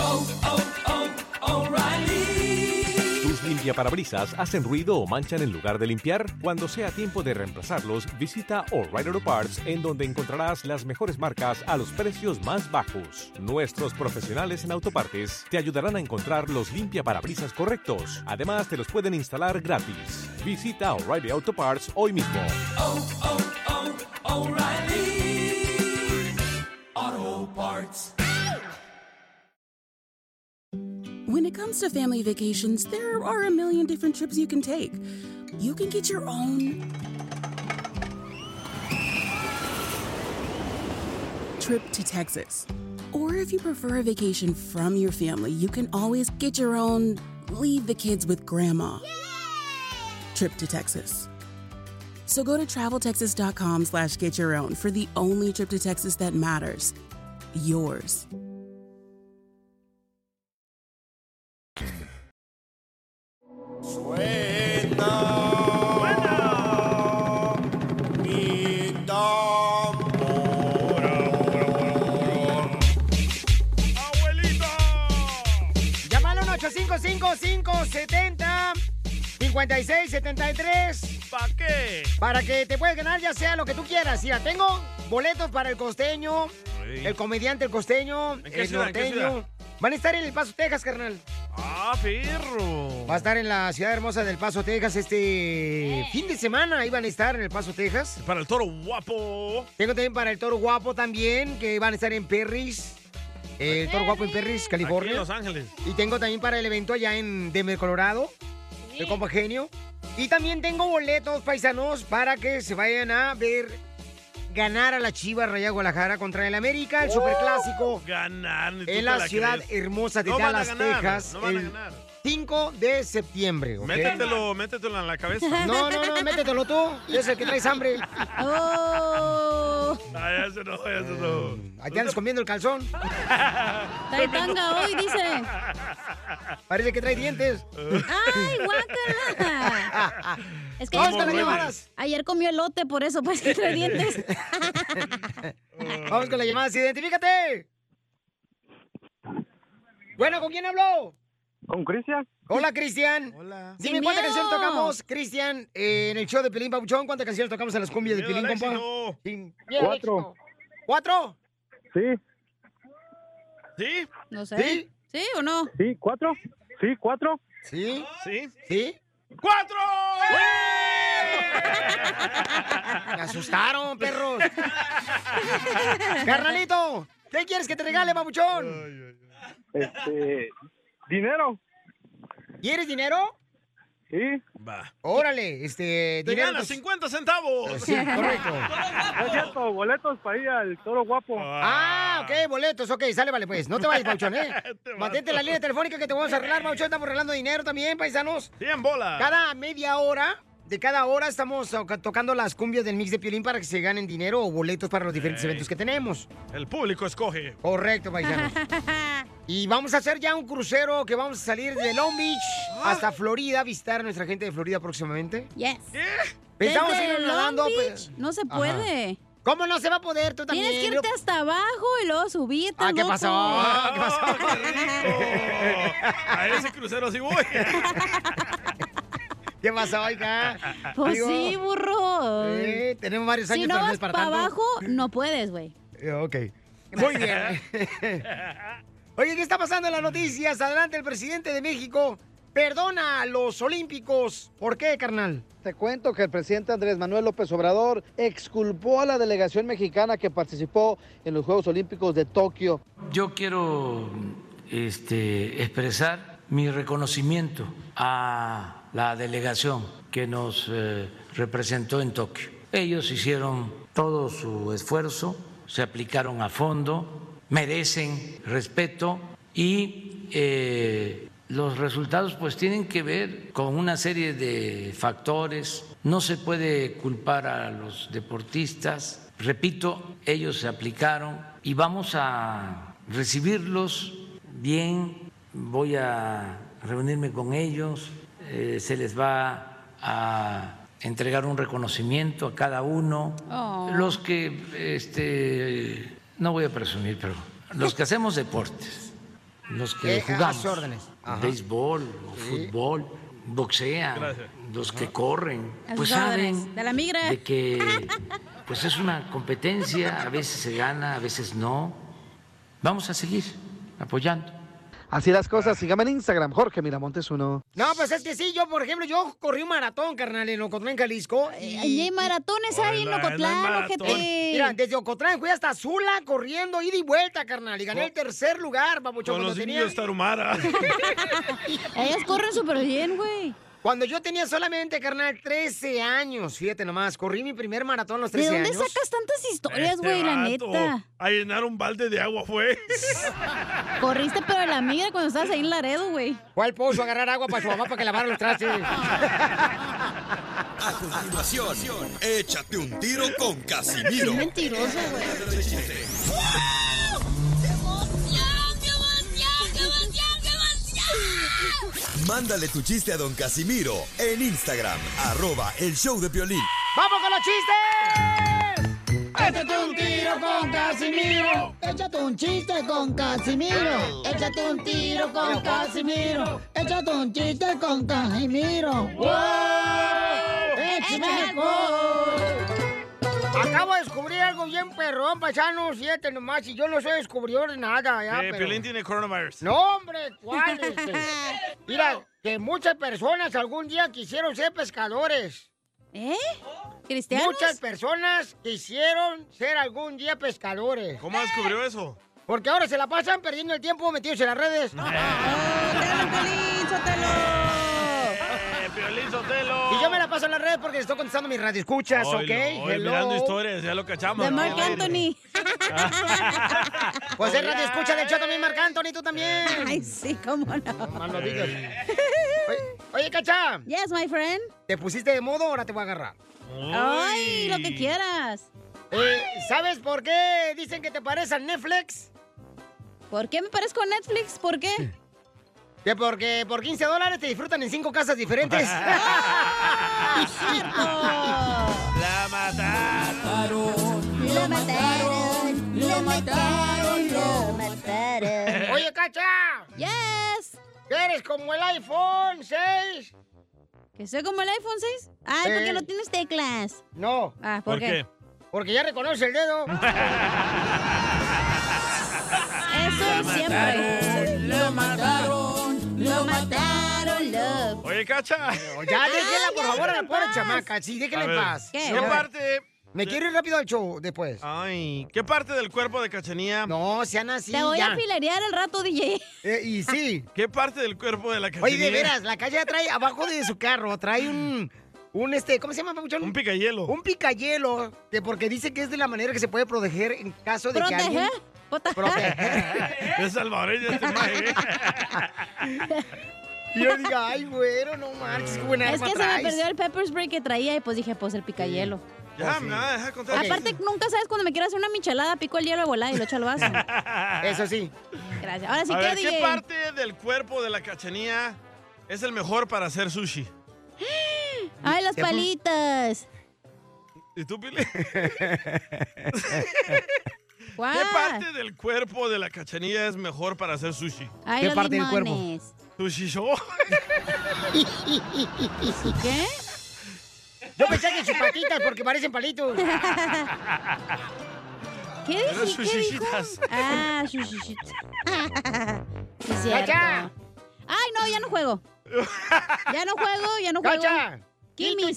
¿Tus limpiaparabrisas hacen ruido o manchan en lugar de limpiar? Cuando sea tiempo de reemplazarlos, visita O'Reilly Auto Parts, en donde encontrarás las mejores marcas a los precios más bajos. Nuestros profesionales en autopartes te ayudarán a encontrar los limpiaparabrisas correctos. Además, te los pueden instalar gratis. Visita O'Reilly Auto Parts hoy mismo. O'Reilly Auto Parts. When it comes to family vacations, there are a million different trips you can take. You can get your own trip to Texas. Or if you prefer a vacation from your family, you can always get your own leave the kids with grandma trip to Texas. So go to traveltexas.com/get your own for the only trip to Texas that matters. Yours. Llámalo al 855-570-5673. ¿Para qué? Para que te puedas ganar ya sea lo que tú quieras. Mira, tengo boletos para el costeño, el comediante el costeño, ¿En qué el ciudad? ¿En qué norteño. ciudad? Van a estar en El Paso, Texas, carnal. ¡Ah, perro! Va a estar en la ciudad hermosa del Paso, Texas, este fin de semana. Ahí van a estar en El Paso, Texas. Para el Toro Guapo. Tengo también para el Toro Guapo también, que van a estar en Perris. El Toro Guapo en Perris, California. Aquí en Los Ángeles. Y tengo también para el evento allá en Denver, Colorado. De Compa Genio. Y también tengo boletos, paisanos, para que se vayan a ver ganar a la Chivas Rayadas Guadalajara contra el América, el superclásico. Ganar. En la ciudad hermosa de Dallas, Texas. No van a ganar. 5 de septiembre. ¿Okay? Métetelo en la cabeza. No, métetelo tú. Yo sé que traes hambre. ¡Oh! Ay, eso no. Ahí te andas comiendo el calzón. Trae tanga hoy, dice. Parece que trae dientes. ¡Ay, guácala! Es que ayer comió elote, por eso pues que trae dientes. Vamos con la llamada. ¡Identifícate! Bueno, ¿con quién habló? ¿Con Cristian? Hola, Cristian. Hola. Dime cuántas canciones tocamos, Cristian, en el show de Pelín Pabuchón. ¿Cuántas canciones tocamos en las cumbias de Pelín, compa? 4. ¿4? Sí. ¿Sí? No sé. ¿Sí? ¿Sí o no? Sí, 4. Sí, 4. ¿Sí? ¿Sí? ¿Sí? ¡4! Me asustaron, perros. Carnalito, ¿qué quieres que te regale, Pabuchón? Dinero. ¿Quieres dinero? Sí. Va. Órale, Te dinero. ganas 50 centavos. Sí, correcto. No es cierto, boletos para ir al Toro Guapo. Ok, boletos, ok, sale, vale, pues. No te vayas, Pauchón, Mantente en la línea telefónica que te vamos a arreglar, Pauchón. Estamos arreglando dinero también, paisanos. 100 bolas. Cada media hora, de cada hora, estamos tocando las cumbias del mix de Piolín para que se ganen dinero o boletos para los diferentes eventos que tenemos. El público escoge. Correcto, paisanos. Y vamos a hacer ya un crucero que vamos a salir de Long Beach hasta Florida, a visitar a nuestra gente de Florida próximamente. Yes. Pensamos Desde ir Long nadando. Beach no se puede. ¿Cómo no se va a poder? Tú también. Tienes que irte hasta abajo y luego subirte. ¿Qué pasó? ¿Qué pasó? A ese crucero sí voy. ¿Qué pasó, oiga? Pues sí, burro. Tenemos varios años, si no pero no vas es para para tanto. abajo, no puedes, güey. Ok. Muy bien. Oye, ¿qué está pasando en las noticias? Adelante, el presidente de México perdona a los olímpicos. ¿Por qué, carnal? Te cuento que el presidente Andrés Manuel López Obrador exculpó a la delegación mexicana que participó en los Juegos Olímpicos de Tokio. Yo quiero expresar mi reconocimiento a la delegación que nos representó en Tokio. Ellos hicieron todo su esfuerzo, se aplicaron a fondo, merecen respeto y los resultados pues tienen que ver con una serie de factores. No se puede culpar a los deportistas. Repito, ellos se aplicaron y vamos a recibirlos bien. Voy a reunirme con ellos. Se les va a entregar un reconocimiento a cada uno. Los que, no voy a presumir, pero los que hacemos deportes, los que jugamos béisbol, o fútbol, boxean, los que corren, pues saben de la migra, de que pues es una competencia, a veces se gana, a veces no. Vamos a seguir apoyando. Así las cosas, sígame en Instagram, Jorge Miramontes 1. No, pues es que sí, yo, por ejemplo, yo corrí un maratón, carnal, en Ocotlán, Jalisco. Y hay maratones ahí en Ocotlán, ojete. Mira, desde Ocotlán fui hasta Zula corriendo, ida y vuelta, carnal, y gané el tercer lugar, papuchón. Con los indios Tarumara. Ellas corren súper bien, güey. Cuando yo tenía solamente, carnal, 13 años, fíjate nomás, corrí mi primer maratón a los 13 años. ¿De dónde sacas tantas historias, güey, la neta? A llenar un balde de agua fue. Corriste pero en la migra cuando estabas ahí en Laredo, güey. Fue al pozo a agarrar agua para su mamá para que lavara los trastes. A continuación, échate un tiro con Casimiro. Es mentiroso, güey. Mándale tu chiste a don Casimiro en Instagram, @elshowdepiolín. ¡Vamos con los chistes! Échate un tiro con Casimiro. Échate un chiste con Casimiro. Échate un tiro con Casimiro. Échate un chiste con Casimiro. ¡Wow! ¡Échame alcohol! Acabo de descubrir algo bien perrón, paisanos, fíjate nomás, y yo no soy descubridor de nada, ya, pero... Piolín tiene coronavirus. No, hombre, ¿cuál? Mira, que muchas personas algún día quisieron ser pescadores. ¿Eh? ¿Cristianos? Muchas personas quisieron ser algún día pescadores. ¿Cómo descubrió eso? Porque ahora se la pasan perdiendo el tiempo metidos en las redes. Piolín Sotelo! Y yo me la paso en las redes porque estoy contestando mis radioescuchas, ¿ok? Mirando historias, ya lo cachamos. De Marc Anthony. Pues es radioescucha del show también, Marc Anthony, tú también. Ay, sí, cómo no. No más no digas. Oye, Cacha. Yes, my friend. ¿Te pusiste de modo o ahora te voy a agarrar? Ay, lo que quieras. ¿Sabes por qué dicen que te pareces al Netflix? ¿Por qué me parezco a Netflix? ¿Por qué? Que porque por $15 te disfrutan en 5 casas diferentes. ¡Ah! ¡Cierto! ¡La mataron! ¡Lo mataron! ¡Lo mataron! ¡Lo mataron! Oye, Cacha. Yes. ¿Qué eres como el iPhone 6? ¿Que soy como el iPhone 6? Ay, porque no tienes teclas. No. Ah, ¿por qué? Porque ya reconoce el dedo. Eso siempre. Lo mataron. Lo mataron, love. Oye, Cacha. Ya déjela, por favor, a la pobre chamaca. Sí, déjela en paz. ¿Qué parte? Me quiero ir rápido al show después. Ay, ¿qué parte del cuerpo de Cachanía? No, sean así. Te voy a filerear el rato, DJ. Y sí. ¿Qué parte del cuerpo de la Cachanía? Oye, de veras, la calle trae abajo de su carro, trae un ¿cómo se llama, papuchón? Un picayelo. Un picayelo, porque dice que es de la manera que se puede proteger en caso de que alguien... Es salvadoreño este maje. Y yo diga, ay, güero, no marches, qué buena Es arma que se me traes. perdió el pepper spray que traía y pues dije, pues el picayelo. Ya, me va a dejar contar. Aparte, nunca sabes cuando me quiero hacer una michelada, pico el hielo de volada y lo echo al vaso. Eso sí. Gracias. Ahora sí a que ver, DJ. ¿qué parte del cuerpo de la Cachanía es el mejor para hacer sushi? Ay, las palitas. ¿Y tú, Pili? ¿Cuál? ¿Qué parte del cuerpo de la Cachanía es mejor para hacer sushi? Ay, ¿Qué los parte del cuerpo? limones. Sushi show. ¿Qué? Yo pensé que sus patitas, porque parecen palitos. ¿Qué Eran dije? ¿Qué dijo? sushishitas. Ah, sushishitas. Sí, es cierto. ¡Cacha! Ay, no, ya no juego. Ya no juego. ¡Cacha! Kimis.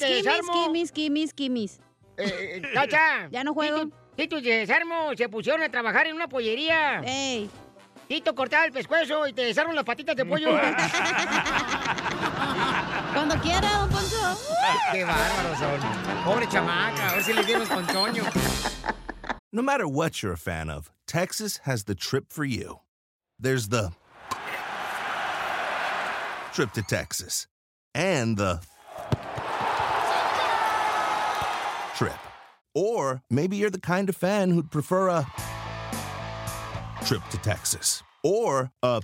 ¡Cacha! Ya no juego. Tito y Desarmo se pusieron a trabajar en una pollería. Ey. Tito cortaba el pescuezo y te desarmo las patitas de pollo. Cuando quiera, don Poncho. Qué bárbaros son. Pobre chamaca, a ver si le dieron con Toño. No matter what you're a fan of, Texas has the trip for you. There's the trip to Texas and the trip. Or maybe you're the kind of fan who'd prefer a trip to Texas or a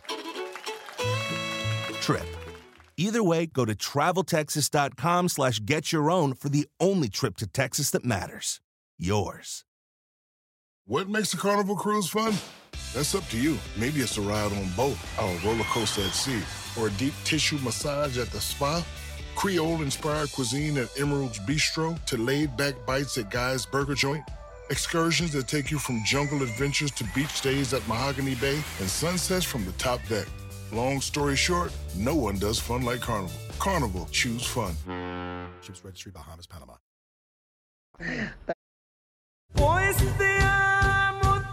trip. Either way, go to traveltexas.com/getyourOwn for the only trip to Texas that matters. Yours. What makes a Carnival cruise fun? That's up to you. Maybe it's a ride on boat, a roller coaster at sea, or a deep tissue massage at the spa. Creole-inspired cuisine at Emerald's Bistro to laid-back bites at Guy's Burger Joint. Excursions that take you from jungle adventures to beach stays at Mahogany Bay and sunsets from the top deck. Long story short, no one does fun like Carnival. Carnival, choose fun. Ships Registry, Bahamas, Panama. Pues te amo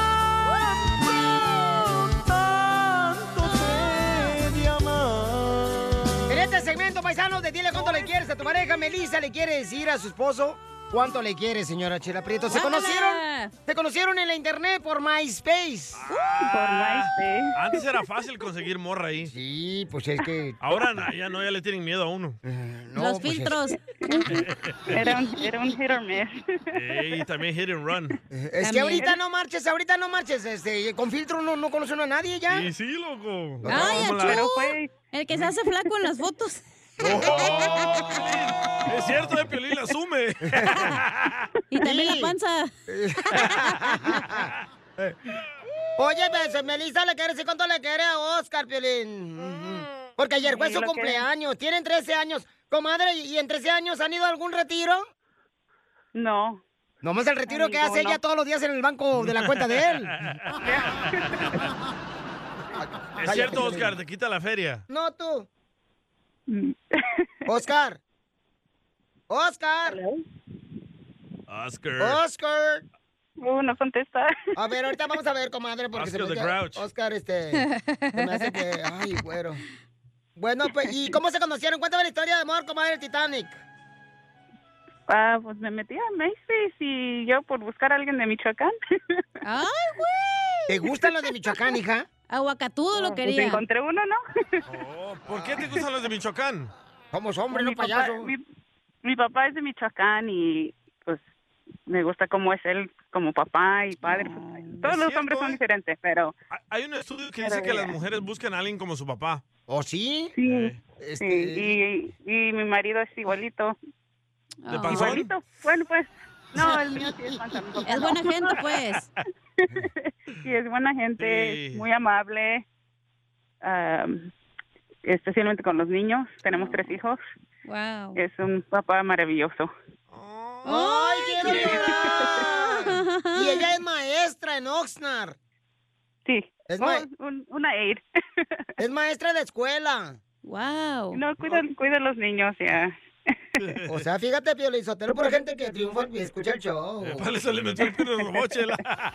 tanto te de amar. En este segmento, paisanos, de Dile Cuánto Le Quieres a tu pareja, Melissa le quiere decir a su esposo cuánto le quiere, señora Chela Prieto. Se conocieron en la internet por MySpace. Por MySpace. Antes era fácil conseguir morra ahí. Sí, pues es que... Ahora ya le tienen miedo a uno. Los filtros. Era un hit or miss. Y también hit and run. Es que ahorita no marches. Con filtro no conoce uno a nadie ya. Sí, sí, loco. Ay, Como achú. El que se hace flaco en las fotos. Es cierto, Piolín la asume. Y también la panza. Oye, pues, Melissa le quiere decir cuánto le quiere a Oscar, Piolín. Porque ayer fue Sí, su lo cumpleaños. Tienen 13 años. Comadre, ¿y en 13 años han ido a algún retiro? No. Nomás el retiro que hace ninguno. ella todos los días en el banco de la cuenta de él. Es cierto, Oscar, te quita la feria. No, tú. Oscar. Oscar. Oscar. Oscar. No contesta. A ver, ahorita vamos a ver, comadre, porque Oscar se the me Grouch. Oscar, se me hace que... Ay, güero. Bueno, pues, ¿y cómo se conocieron? Cuéntame la historia de amor, comadre, del Titanic. Pues me metí a MySpace y yo por buscar a alguien de Michoacán. ¡Ay, güey! ¿Te gustan los de Michoacán, hija? Aguacatudo lo Pues quería. encontré uno, ¿no? ¿Por qué te gustan los de Michoacán? Somos hombres, Mi no papá- payasos. Mi papá es de Michoacán y pues me gusta cómo es él como papá y padre. Todos los cierto, hombres son diferentes, pero... Hay un estudio que dice que las mujeres buscan a alguien como su papá. ¿Oh, sí? Sí, sí, y mi marido es igualito. ¿De panzón? Igualito. Bueno, pues, no, el mío sí es panzón. Es buena gente, pues. Sí, es buena gente, muy amable, especialmente con los niños. Tenemos 3 hijos. Wow. Es un papá maravilloso. ¡Ay, quiero llorar! Y ella es maestra en Oxnard. Sí, Es una aide. Es maestra de escuela. Wow. No, cuida a los niños, ya. O sea, fíjate, Pio Lizotelo, por gente que triunfa y escucha el show. Vale, se le metió el pelo en el boche.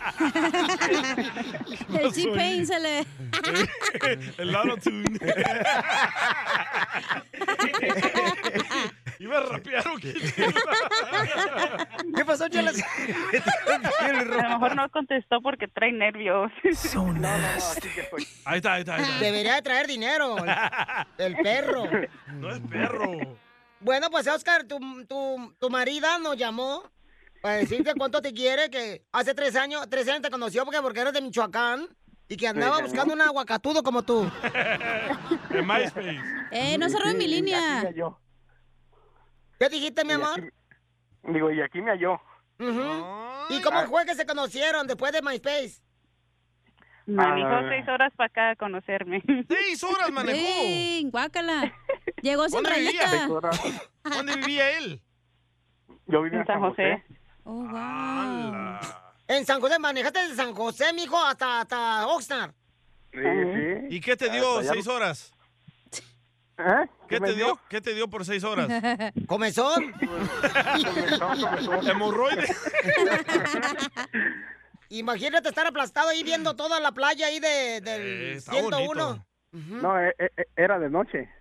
El T-Pain se le... El autotune. ¿Iba a rapear o qué? ¿Qué pasó, Chela? A lo mejor no contestó porque trae nervios. Ahí está. Debería de traer dinero. El perro. No es perro. Bueno, pues, Oscar, tu marida nos llamó para decirte cuánto te quiere, que hace 3 años te conoció porque eres de Michoacán y que andaba buscando un aguacatudo como tú. En MySpace. No se roben mi línea. ¿Qué dijiste, mi amor? Digo, y aquí me halló. ¿Y cómo fue que se conocieron después de MySpace? Manejó 6 horas para acá a conocerme. 6 horas manejó. Sí, guácala. Llegó sin ¿Dónde vivía? rayita. ¿Dónde vivía él? Yo vivía en San José. Oh, wow. En San José, manejaste desde San José, mijo, hasta Oxnard. Sí, sí. ¿Y qué te dio Hasta allá. 6 horas? ¿Qué me dio? ¿Qué te dio por 6 horas? ¿Comezón? ¿Hemorroides? Imagínate estar aplastado ahí viendo toda la playa ahí del está 101. bonito. No, era de noche.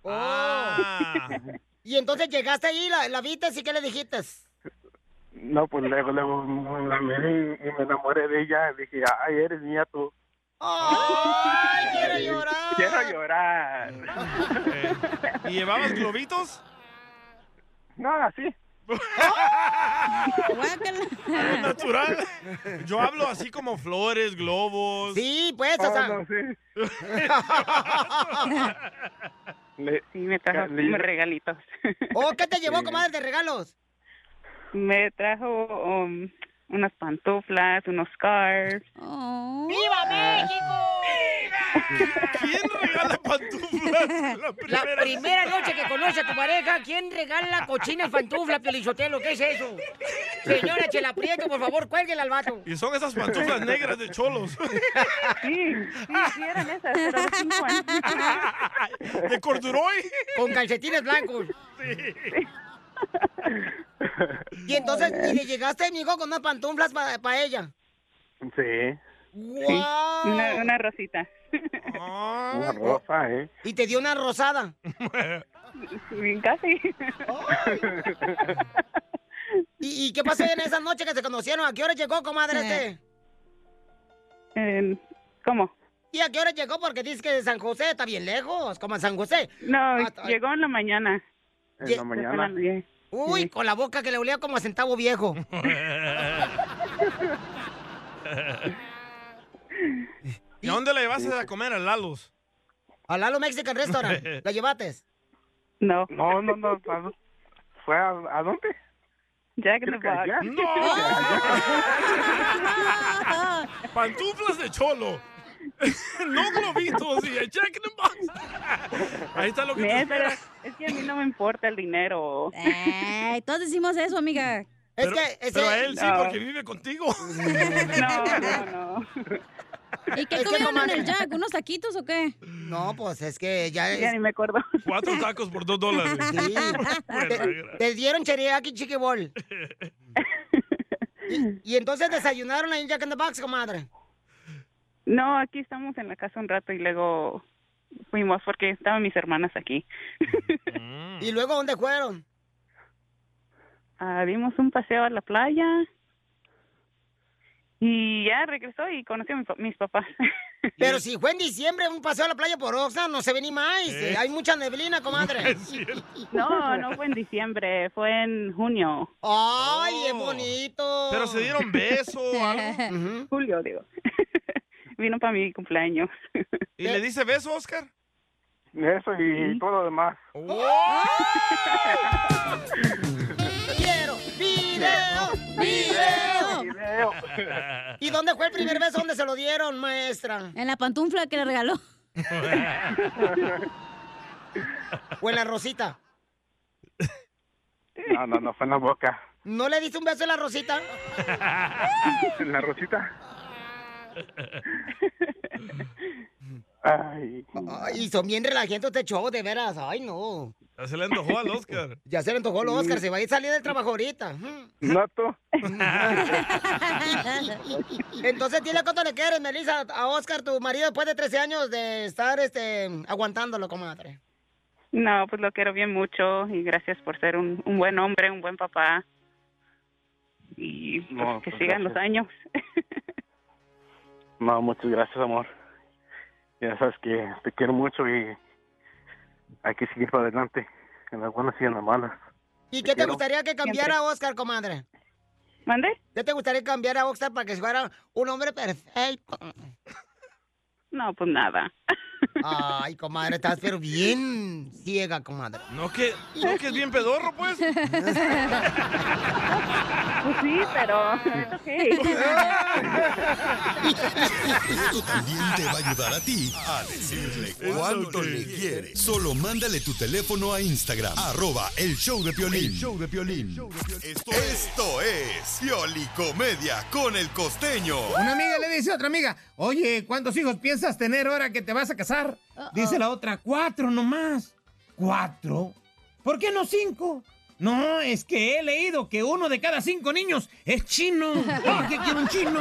Y entonces llegaste ahí, la viste, ¿y qué le dijiste? No, pues luego la miré y me enamoré de ella. Dije, ay, eres mía tú. ¡Ay, quiero llorar! Quiero llorar. ¿Y llevabas globitos? No, así. ¿Es natural? Yo hablo así como flores, globos. Sí, pues, o sea. No, sí. Sí, me trajo unos regalitos. ¿Oh, qué te llevó, comadre, de regalos? Me trajo unas pantuflas, unos scarves. ¡Viva México! ¿Quién regala pantuflas? La primera noche que conoce a tu pareja, ¿quién regala cochinas pantuflas, Piolichotelo? ¿Qué es eso? Señora Chela Prieto, por favor, cuélguela al vato. Y son esas pantuflas negras de cholos. Sí, eran esas, pero de 5 años. ¿De corduroy? Con calcetines blancos. Sí. Y entonces, ¿y le llegaste, amigo, con unas pantuflas para ella? Sí. ¡Wow! Una rosita. Una rosa, ¿eh? ¿Y te dio una rosada? Sí, casi. ¿Y qué pasó en esa noche que se conocieron? ¿A qué hora llegó, comadre, ¿Cómo? ¿Y a qué hora llegó? Porque dices que de San José está bien lejos, como en San José. No, llegó en la mañana. En la mañana. Uy, con la boca que le olía como a centavo viejo. ¿Y a dónde la llevaste a comer? ¿A Lalo's? ¿A Lalo Mexican Restaurant? ¿La llevaste? No. No. ¿Fue a dónde? Jack in the Box. ¡No! ¡Pantuflas de cholo! No globitos y a Jack in the Box. Ahí está lo que te Pero espera. es que a mí no me importa el dinero. Todos decimos eso, amiga. Pero a él sí, porque vive contigo. No. ¿Y qué comieron en el Jack? ¿Unos taquitos o qué? No, pues es que ya Ya ni me acuerdo. 4 tacos por $2. Sí. Te dieron teriyaki chicken ball. ¿Y entonces desayunaron ahí en Jack in the Box, comadre? No, aquí estamos en la casa un rato y luego fuimos porque estaban mis hermanas aquí. ¿Y luego dónde fueron? Dimos un paseo a la playa y ya regresó y conocí a mis papás. Pero si fue en diciembre un paseo a la playa por Oxnard, no se ve ni más. Hay mucha neblina, comadre. No fue en diciembre, fue en junio. ¡Ay, es bonito! ¿Pero se dieron besos o algo? Julio, digo. Vino para mi cumpleaños. ¿Y le dice beso, Oscar? Eso y todo lo demás. ¡Quiero video! ¿Y dónde fue el primer beso? ¿Dónde se lo dieron, maestra? En la pantufla que le regaló. ¿O en la rosita? No, fue en la boca. ¿No le diste un beso en la rosita? ¿En la rosita? Ay, son bien relajientos este show, de veras. Ay, no. Ya se le antojó al Oscar. Ya se le antojó al Oscar. Se va a ir a salir del trabajo ahorita. ¿No tú? Entonces, dile cuánto le quieres, Melissa, a Oscar, tu marido, después de 13 años de estar aguantándolo, comadre. No, pues lo quiero bien mucho y gracias por ser un buen hombre, un buen papá. Y pues, que sigan los años. No, muchas gracias, amor. Ya sabes que te quiero mucho y hay que seguir para adelante, en las buenas y en las malas. ¿Y qué te gustaría que cambiara Oscar, comadre? ¿Mande? ¿Qué te gustaría cambiar a Oscar para que fuera un hombre perfecto? No, pues nada. Ay, comadre, estás pero bien ciega, comadre. ¿No que es bien pedorro, pues? Pues sí, pero es okay. Esto también te va a ayudar a ti a decirle cuánto le quieres. Solo mándale tu teléfono a Instagram, @elshowdepiolín. El show de Piolín. Esto es Piolicomedia con el Costeño. Una amiga le dice a otra amiga, oye, ¿cuántos hijos piensas tener ahora que te vas a casar? Dice la otra, 4 nomás. ¿4? ¿Por qué no 5? No, es que he leído que 1 de cada 5 niños es chino. ¡Ah, que quiero un chino!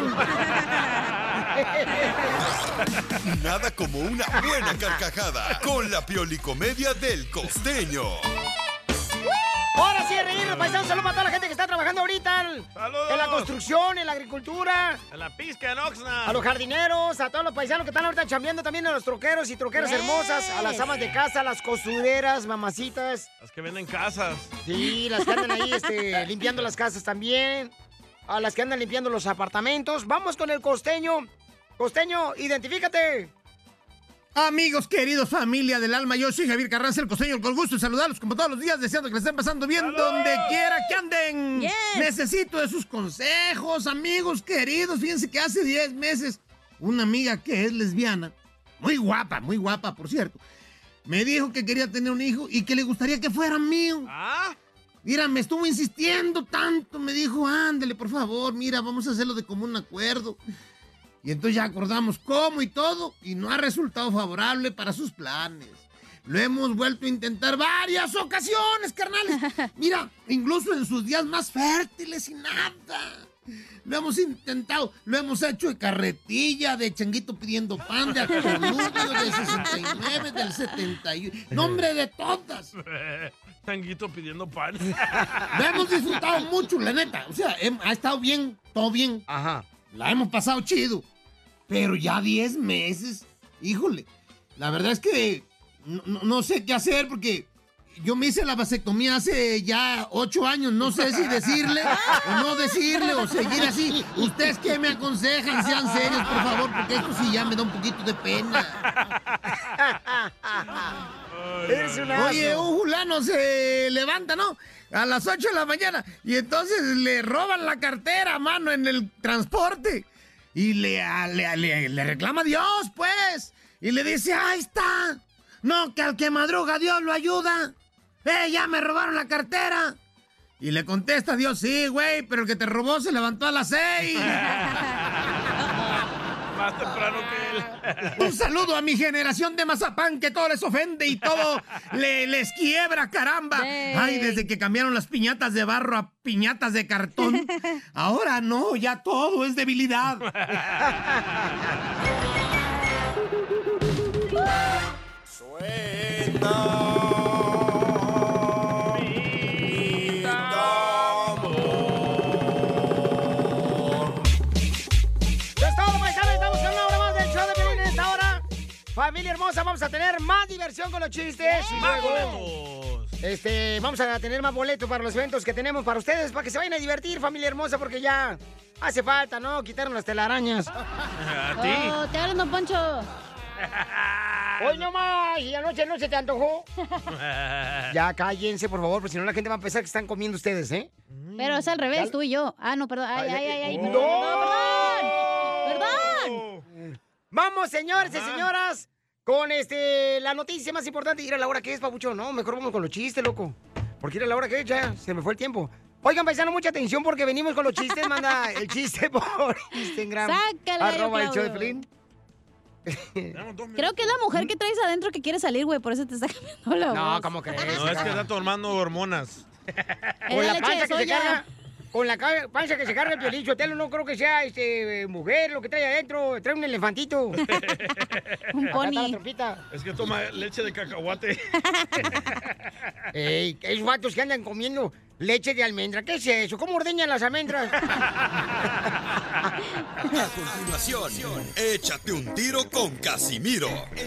Nada como una buena carcajada con la Piolicomedia del Costeño. Ahora sí, reírnos, paisanos. Saludos para toda la gente que está trabajando ahorita en la construcción, en la agricultura. En la pizca en Oxnard. A los jardineros, a todos los paisanos que están ahorita chambeando, también a los troqueros y troqueras hermosas, a las amas de casa, a las costureras, mamacitas. Las que venden casas. Sí, las que andan ahí limpiando las casas también. A las que andan limpiando los apartamentos. Vamos con el Costeño. Costeño, identifícate. Amigos queridos, familia del alma, yo soy Javier Carranza, el Costeño, con gusto de saludarlos como todos los días, deseando que les estén pasando bien donde quiera que anden. Yes. Necesito de sus consejos, amigos queridos. Fíjense que hace 10 meses una amiga que es lesbiana, muy guapa, por cierto, me dijo que quería tener un hijo y que le gustaría que fuera mío. Mira, me estuvo insistiendo tanto, me dijo, ándale, por favor, mira, vamos a hacerlo de común acuerdo. Y entonces ya acordamos cómo y todo, y no ha resultado favorable para sus planes. Lo hemos vuelto a intentar varias ocasiones, carnales. Mira, incluso en sus días más fértiles y nada. Lo hemos intentado, lo hemos hecho de carretilla, de changuito pidiendo pan, de actornudo, del 69, del 71. Nombre de todas. Changuito pidiendo pan. Lo hemos disfrutado mucho, la neta. O sea, ha estado bien, todo bien. Ajá. La hemos pasado chido. Pero ya 10 meses, híjole, la verdad es que no sé qué hacer porque yo me hice la vasectomía hace ya 8 años. No sé si decirle o no decirle o seguir así. ¿Ustedes qué me aconsejan? Sean serios, por favor, porque esto sí ya me da un poquito de pena. Oye, un fulano se levanta, ¿no? A las 8 de la mañana y entonces le roban la cartera, mano, en el transporte. Y le reclama a Dios, pues. Y le dice, ahí está. No, que al que madruga Dios lo ayuda. Ya me robaron la cartera. Y le contesta Dios, sí, güey, pero el que te robó se levantó a las 6. Más temprano que él. Un saludo a mi generación de mazapán que todo les ofende y todo les quiebra, caramba. Ay, desde que cambiaron las piñatas de barro a piñatas de cartón. Ahora no, ya todo es debilidad. Familia hermosa, vamos a tener más diversión con los chistes. Y ¡Más luego, vamos a tener más boletos para los eventos que tenemos para ustedes, para que se vayan a divertir, familia hermosa, porque ya hace falta, ¿no? Quitaron las telarañas. ¿A ti? Oh, te hablan, don Poncho. Hoy nomás, y anoche no se te antojó. Ya cállense, por favor, porque si no la gente va a pensar que están comiendo ustedes, ¿eh? Pero es al revés, tú y yo. Ah, no, perdón. Ay, perdón. Perdón. Vamos, señores y señoras, con la noticia más importante. Ir a la hora que es, papucho. No, mejor vamos con los chistes, loco. Porque ir a la hora que es, ya se me fue el tiempo. Oigan, paisano, mucha atención porque venimos con los chistes. Manda el chiste por Instagram. Sácale, @ el show de Piolín. Creo que es la mujer que traes adentro que quiere salir, güey. Por eso te está cambiando la voz. No, ¿cómo crees? No, es que está tomando hormonas. Con la panza que se carga. Con la panza que se carga el Piolín Sotelo, no creo que sea mujer lo que trae adentro. Trae un elefantito. Un pony. Es que toma leche de cacahuate. Ey, esos vatos que andan comiendo leche de almendra. ¿Qué es eso? ¿Cómo ordeñan las almendras? A continuación, échate un tiro con Casimiro.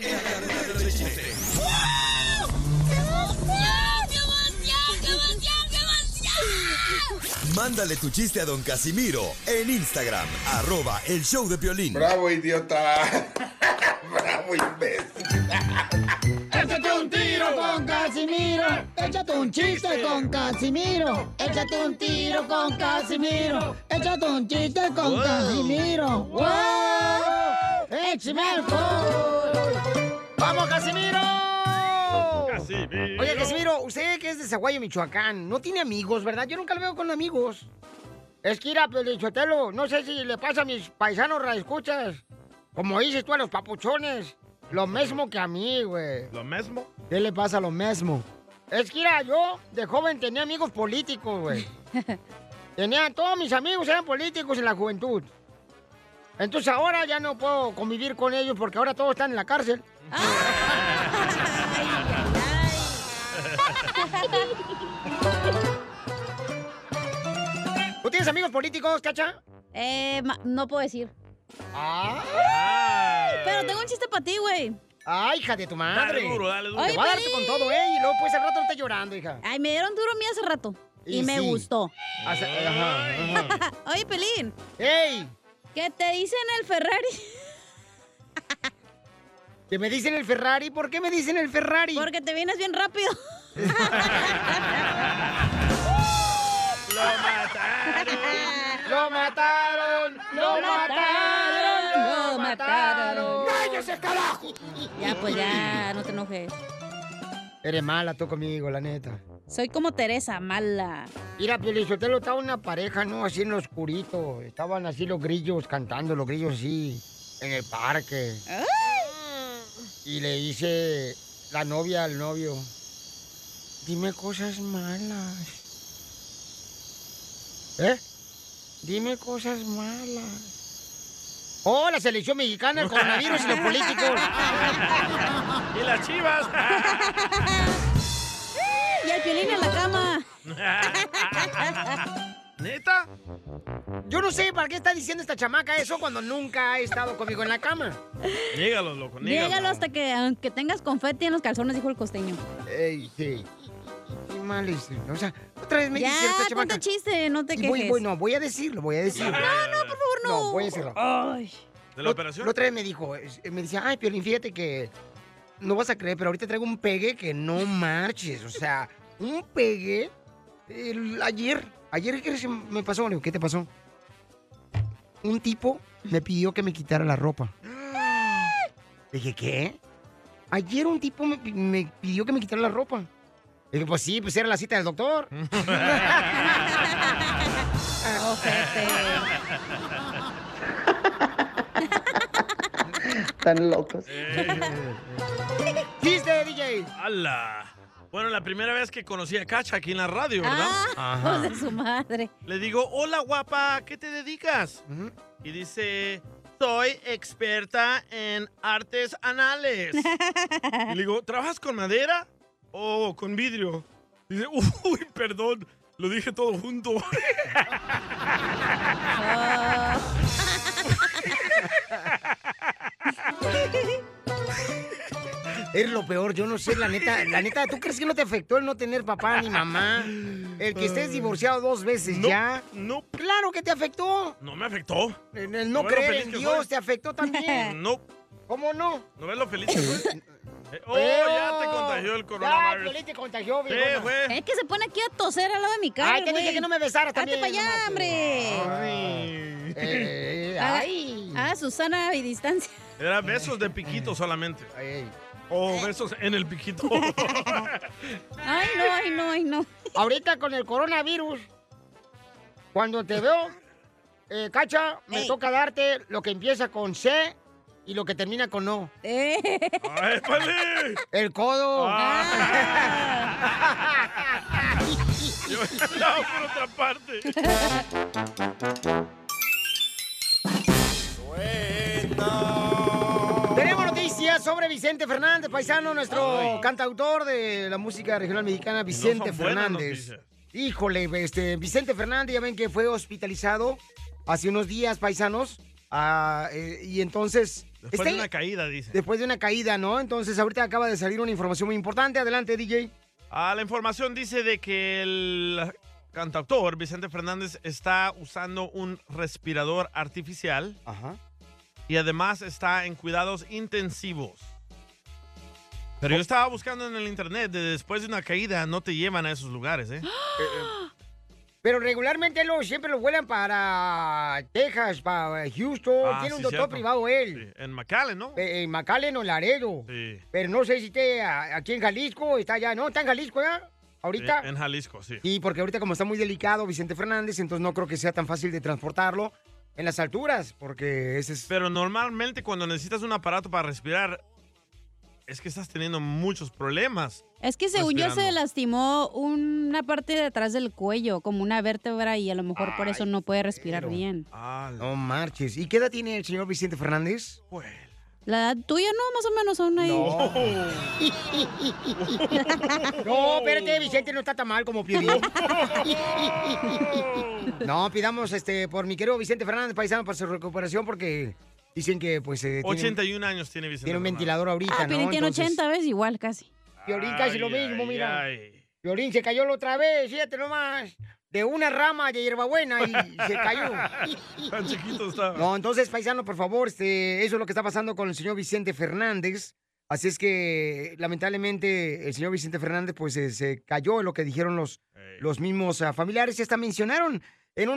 Mándale tu chiste a don Casimiro en Instagram, @el show de Piolín. Bravo, idiota. Bravo, imbécil. Échate un tiro con Casimiro. Échate un chiste con Casimiro. Échate un tiro con Casimiro. Échate un chiste con Casimiro. ¡Wow! ¡Échame alcohol! ¡Vamos, Casimiro! Casimiro. Oye, Casimiro, usted que es de Zaguayo, Michoacán, no tiene amigos, ¿verdad? Yo nunca lo veo con amigos. Es que ir Piolín Sotelo, no sé si le pasa a mis paisanos radioescuchas. Como dices tú a los papuchones. Lo mismo que a mí, güey. ¿Lo mismo? ¿Qué le pasa a lo mismo? Es que yo de joven tenía amigos políticos, güey. Todos mis amigos eran políticos en la juventud. Entonces ahora ya no puedo convivir con ellos porque ahora todos están en la cárcel. ¿Tú tienes amigos políticos, Cacha? No puedo decir. ¡Ay! Pero tengo un chiste para ti, güey. ¡Ay, hija de tu madre! Dale duro, dale duro. Te voy a darte con todo, ¿eh? Y luego pues al rato no estés llorando, hija. Ay, me dieron duro a mí hace rato. Y me sí. gustó. Ajá. Oye, Pelín. ¡Ey! ¿Qué te dicen el Ferrari? ¿Que me dicen el Ferrari? ¿Por qué me dicen el Ferrari? Porque te vienes bien rápido. ¡Lo mataron! ¡Lo mataron! ¡Lo mataron! ¡Lo mataron! ¡Cállese, carajo! Ya, pues ya, no te enojes. Eres mala tú conmigo, la neta. Soy como Teresa, mala. Mira, Piolín Sotelo, estaba una pareja, ¿no? Así en lo oscurito. Estaban así los grillos, cantando los grillos así, en el parque. ¡Ay! Y le dice la novia al novio, dime cosas malas. ¿Eh? Dime cosas malas. Oh, la selección mexicana, el coronavirus y los políticos. Y las chivas. Y el Piolín en la cama. ¿Neta? Yo no sé para qué está diciendo esta chamaca eso cuando nunca ha estado conmigo en la cama. Niégalo, loco, niégalo. Niégalo hasta que, aunque tengas confeti en los calzones, dijo el costeño. Ey, sí. Qué mal es. O sea, otra vez me dice esta Ya, chamaca. cuenta chiste, no te quejes. Voy a decirlo. No, por favor, no. No, voy a decirlo. Ay. ¿De la operación? La otra vez me dijo, me decía, ay, Piolín, fíjate que no vas a creer, pero ahorita traigo un pegue que no marches. O sea, un pegue. Ayer, ¿qué me pasó? Le digo, ¿qué te pasó? Un tipo me pidió que me quitara la ropa. Dije, ¿qué? Ayer un tipo me pidió que me quitara la ropa. Dije, pues sí, pues era la cita del doctor. Están locos. ¡Chiste, DJ! ¡Hala! Bueno, la primera vez que conocí a Cacha aquí en la radio, ¿verdad? Pues de su madre. Le digo, hola guapa, ¿qué te dedicas? Y dice, soy experta en artes anales. Y le digo, ¿trabajas con madera o con vidrio? Dice, uy, perdón, lo dije todo junto. Es lo peor, yo no sé, la neta, ¿tú crees que no te afectó el no tener papá ni mamá? El que estés divorciado 2 veces ya. No. Claro que te afectó. No me afectó. El no creer en Dios te afectó también. No. ¿Cómo no? ¿No ves lo feliz que fue? Ya te contagió el coronavirus. Ya, Piolín te contagió, Sí, viejo. güey. Es que se pone aquí a toser al lado de mi cara, Ay, te dije que no me besaras también. ¡Hazte para allá, hombre! Ay. Susana y distancia. Era besos de piquito solamente. O besos en el piquito. Ay, no. Ahorita con el coronavirus, cuando te veo, Cacha, me toca darte lo que empieza con C y lo que termina con O. ¡Ay, vale! El codo. Yo estaba por otra parte. Tenemos noticias sobre Vicente Fernández, paisano, nuestro cantautor de la música regional mexicana, Vicente Fernández. Híjole, Vicente Fernández, ya ven que fue hospitalizado hace unos días, paisanos. Y entonces... Después de una caída, dice. Después de una caída, ¿no? Entonces ahorita acaba de salir una información muy importante. Adelante, DJ. La información dice de que el cantautor Vicente Fernández está usando un respirador artificial. Ajá. Y además está en cuidados intensivos. Pero yo estaba buscando en el internet, después de una caída no te llevan a esos lugares, ¿eh? Pero regularmente siempre lo vuelan para Texas, para Houston. Tiene un doctor privado él. Sí. En McAllen, ¿no? En McAllen o Laredo. Sí. Pero no sé si esté aquí en Jalisco, está allá. ¿No? ¿Está en Jalisco ya? ¿Ahorita? En Jalisco, sí. Sí, porque ahorita como está muy delicado Vicente Fernández, entonces no creo que sea tan fácil de transportarlo en las alturas, porque ese es... Pero normalmente cuando necesitas un aparato para respirar, es que estás teniendo muchos problemas. Es que según yo se lastimó una parte de atrás del cuello, como una vértebra, y a lo mejor por eso no puede respirar bien. No marches. ¿Y qué edad tiene el señor Vicente Fernández? Pues... La edad tuya, ¿no? Más o menos aún ahí. No, espérate, Vicente no está tan mal como Piolín. No, pidamos por mi querido Vicente Fernández, paisano, para su recuperación, porque dicen que, pues... 81 años tiene Vicente Tiene un Fernández. ventilador ahorita, ¿no? Piolín tiene 80 veces igual, casi. Piolín casi lo mismo, mira. Piolín se cayó la otra vez, fíjate nomás. De una rama de hierbabuena y se cayó. Tan chiquito estaba. No, entonces, paisano, por favor, eso es lo que está pasando con el señor Vicente Fernández. Así es que, lamentablemente, el señor Vicente Fernández, pues, se cayó en lo que dijeron los mismos familiares. Y hasta mencionaron en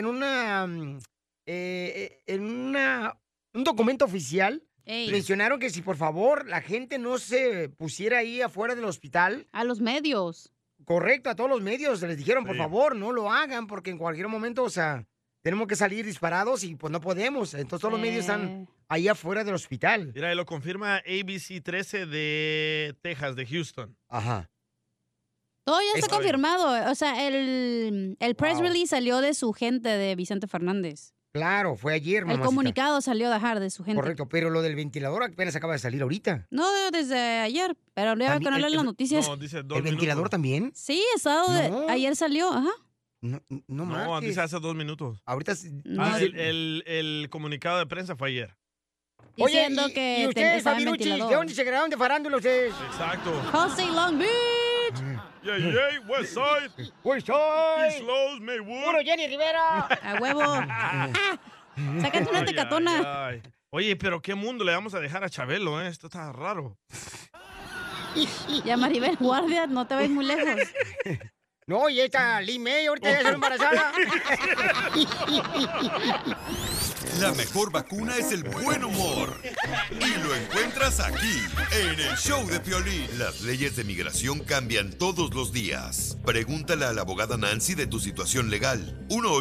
un documento oficial, mencionaron que si, por favor, la gente no se pusiera ahí afuera del hospital. A los medios. Correcto, a todos los medios les dijeron, por favor, no lo hagan, porque en cualquier momento, tenemos que salir disparados y pues no podemos. Entonces todos los medios están ahí afuera del hospital. Mira, y lo confirma ABC 13 de Texas, de Houston. Ajá. Todo ya está confirmado. O sea, el press release salió de su gente, de Vicente Fernández. Claro, fue ayer, mamacita. El comunicado salió de su gente. Correcto, pero lo del ventilador apenas acaba de salir ahorita. No, desde ayer, pero ya que no leen las noticias. No, dice 2 ¿El ventilador también? Sí, ayer salió, ajá. No, dice hace 2 minutos. Ahorita... El comunicado de prensa fue ayer. Diciendo Oye, que ¿y ustedes, estaba en Fabiruchis, ventilador. de dónde se graduaron de farándula ustedes? Exacto. José Long Beach. Yay, West Side. West Side. East Los, Maywood. Puro Jenny Rivera. A huevo. Sácate una tecatona. Ay. Oye, pero ¿qué mundo le vamos a dejar a Chabelo, eh? Esto está raro. Ya, Maribel Guardia, no te ves muy lejos. No, y esta Lee May ahorita ya está embarazada. La mejor vacuna es el buen humor. Y lo encuentras aquí, en el show de Piolín. Las leyes de migración cambian todos los días. Pregúntale a la abogada Nancy de tu situación legal.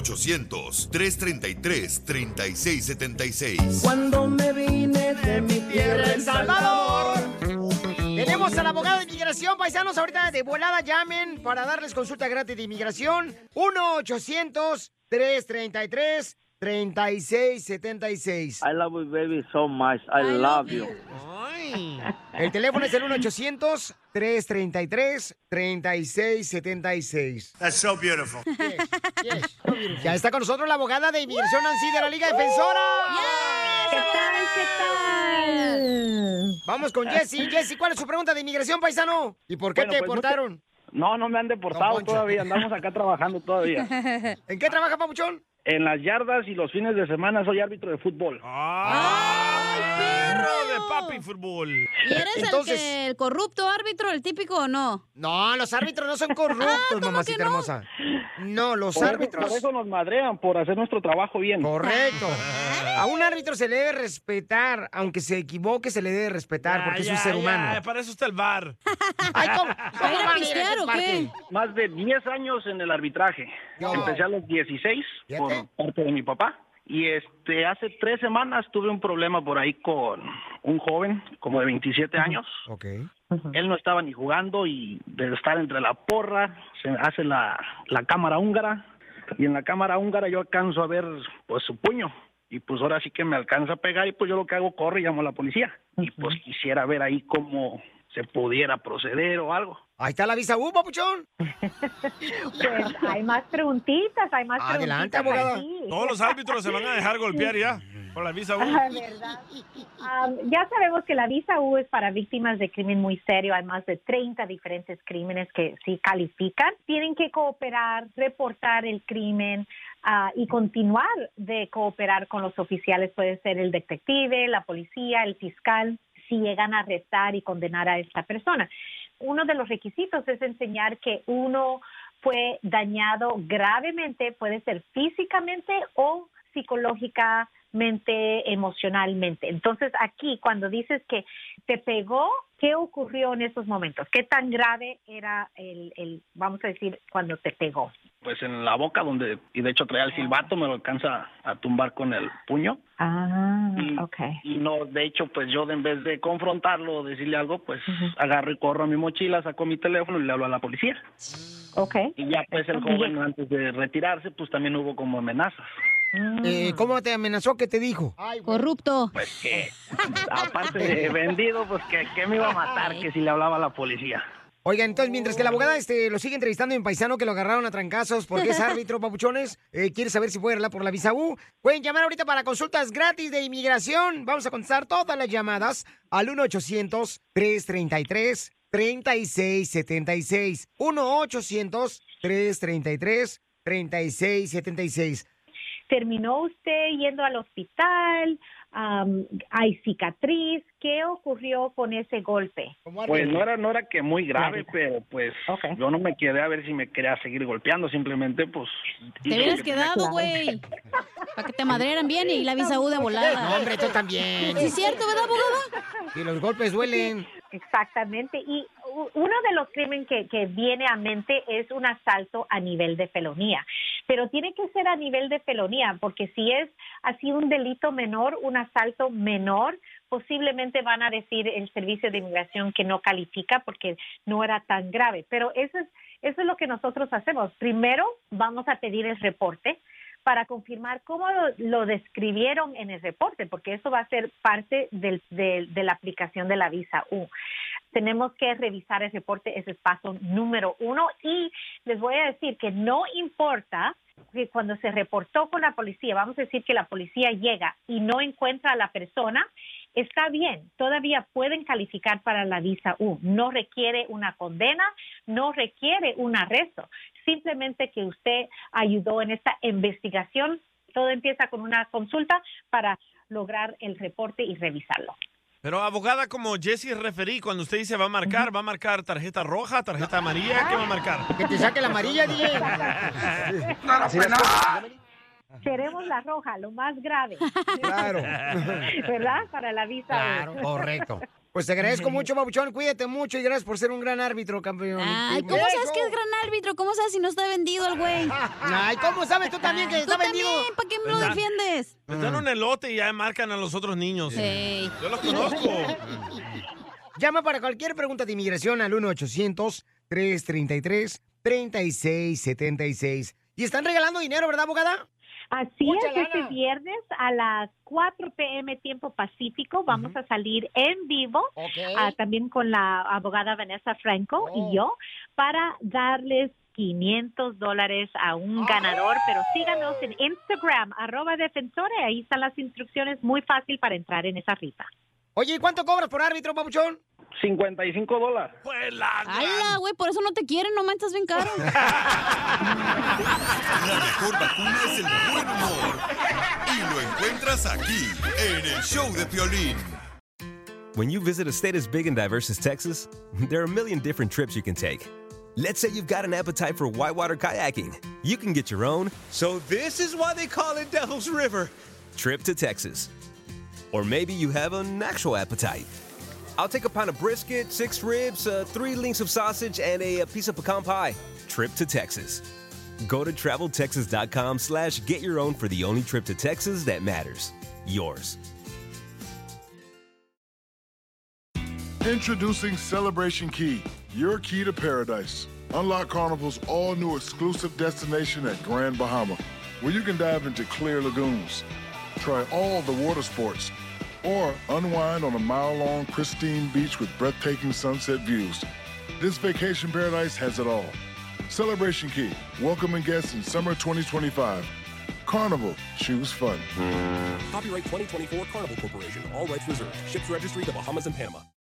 1-800-333-3676. Cuando me vine de mi tierra, El Salvador. Tenemos a la abogada de inmigración, paisanos. Ahorita de volada llamen para darles consulta gratis de inmigración. 1-800-333-3676. I love you, baby, so much. I love you. El teléfono es el 1-800-333-3676. That's so beautiful. Ya está con nosotros la abogada de inmigración Nancy de la Liga Defensora. ¿Qué tal? ¿Qué tal? Vamos con Jessy. Jessy, ¿cuál es su pregunta de inmigración, paisano? ¿Y por qué Bueno, te pues, deportaron? No me han deportado todavía. Andamos acá trabajando todavía. ¿En qué trabaja, papuchón? En las yardas y los fines de semana soy árbitro de fútbol. ¡Perro de papi fútbol! ¿Y eres el corrupto árbitro, el típico o no? No, los árbitros no son corruptos, mamacita hermosa. No, los árbitros... Por eso nos madrean, por hacer nuestro trabajo bien. Correcto. A un árbitro se le debe respetar, aunque se equivoque, se le debe respetar, porque es un ser humano. Para eso está el VAR. Ay, ¿cómo a pistear o qué? Más de 10 años en el arbitraje. No. Empecé a los 16 por parte de mi papá. Y hace 3 semanas tuve un problema por ahí con un joven, como de 27 años. Ok. Él no estaba ni jugando y de estar entre la porra, se hace la cámara húngara. Y en la cámara húngara yo alcanzo a ver pues su puño. Y pues ahora sí que me alcanza a pegar y pues yo lo que hago, corro y llamo a la policía. Y pues quisiera ver ahí cómo se pudiera proceder o algo. Ahí está la visa U, papuchón. Pues hay más preguntitas, Adelante, preguntitas abogada. aquí. Todos los árbitros se van a dejar golpear ya por la visa U. Verdad. Ya sabemos que la visa U es para víctimas de crimen muy serio. Hay más de 30 diferentes crímenes que sí califican. Tienen que cooperar, reportar el crimen y continuar de cooperar con los oficiales. Puede ser el detective, la policía, el fiscal, si llegan a arrestar y condenar a esta persona. Uno de los requisitos es enseñar que uno fue dañado gravemente, puede ser físicamente o psicológicamente, emocionalmente. Entonces, aquí, cuando dices que te pegó, ¿qué ocurrió en esos momentos? ¿Qué tan grave era vamos a decir, cuando te pegó? Pues en la boca, y de hecho traía el silbato, me lo alcanza a tumbar con el puño. Okay. Y no, de hecho, pues yo en vez de confrontarlo o decirle algo, pues agarro y corro a mi mochila, saco mi teléfono y le hablo a la policía. Okay. Y ya pues el joven, antes de retirarse, pues también hubo como amenazas. ¿Cómo te amenazó? ¿Qué te dijo? Corrupto. Pues que, aparte de vendido, pues que me iba a matar, que si le hablaba a la policía. Oigan, entonces, mientras que la abogada lo sigue entrevistando en paisano que lo agarraron a trancazos porque es árbitro, papuchones, quiere saber si puede hablar por la visa U, pueden llamar ahorita para consultas gratis de inmigración. Vamos a contestar todas las llamadas al 1-800-333-3676. 1-800-333-3676. ¿Terminó usted yendo al hospital? ¿Hay cicatriz? ¿Qué ocurrió con ese golpe? Pues no era que muy grave, pero pues yo no me quedé a ver si me quería seguir golpeando, simplemente pues... Te hubieras quedado, güey, para que te madrearan bien y la visa U de volada. No, hombre, tú también. Sí es cierto, ¿verdad, abogada? Y los golpes duelen. Exactamente, y uno de los crímenes que viene a mente es un asalto a nivel de felonía, pero tiene que ser a nivel de felonía, porque si es así un delito menor, un asalto menor, posiblemente van a decir el servicio de inmigración que no califica porque no era tan grave, pero eso es lo que nosotros hacemos. Primero vamos a pedir el reporte para confirmar cómo lo describieron en el reporte, porque eso va a ser parte de la aplicación de la visa U. Tenemos que revisar el reporte, ese es paso número 1, y les voy a decir que no importa que cuando se reportó con la policía, vamos a decir que la policía llega y no encuentra a la persona, está bien, todavía pueden calificar para la visa U. No requiere una condena, no requiere un arresto. Simplemente que usted ayudó en esta investigación. Todo empieza con una consulta para lograr el reporte y revisarlo. Pero abogada, como Jessy referí, cuando usted dice va a marcar tarjeta roja, tarjeta amarilla, ¿qué va a marcar? Que te saque la amarilla, DJ. Queremos la roja, lo más grave. Claro. ¿Verdad? Para la visa. Claro, correcto. Pues te agradezco mucho, Babuchón. Cuídate mucho y gracias por ser un gran árbitro, campeón. Ay, ¿cómo sabes que es gran árbitro? ¿Cómo sabes si no está vendido el güey? Ay, ¿cómo sabes tú también que está vendido? Tú también, ¿para qué me lo defiendes? Les dan un elote y ya marcan a los otros niños. Sí. Yo los conozco. Llama para cualquier pregunta de inmigración al 1-800-333-3676. Y están regalando dinero, ¿verdad, abogada? Así es, este viernes a las 4 p.m. tiempo pacífico vamos a salir en vivo, también con la abogada Vanessa Franco y yo, para darles $500 a un ganador, pero síganos en Instagram, @defensores, ahí están las instrucciones, muy fácil para entrar en esa rifa. Oye, ¿y cuánto cobras por árbitro, papuchón? $55. ¡Hala, güey! Por eso no te quieren, no manches bien caro. La mejor vacuna es el buen humor. Y lo encuentras aquí, en el show de Piolín. When you visit a state as big and diverse as Texas, there are a million different trips you can take. Let's say you've got an appetite for whitewater kayaking. You can get your own. So this is why they call it Devil's River. Trip to Texas. Or maybe you have an actual appetite. I'll take a pound of brisket, 6 ribs, 3 links of sausage, and a piece of pecan pie. Trip to Texas. Go to TravelTexas.com/get your own for the only trip to Texas that matters. Yours. Introducing Celebration Key, your key to paradise. Unlock Carnival's all-new exclusive destination at Grand Bahama, where you can dive into clear lagoons, try all the water sports, or unwind on a mile-long pristine beach with breathtaking sunset views. This vacation paradise has it all. Celebration Key, welcoming guests in summer 2025. Carnival, choose fun. Copyright 2024 Carnival Corporation. All rights reserved. Ships registry the Bahamas and Panama.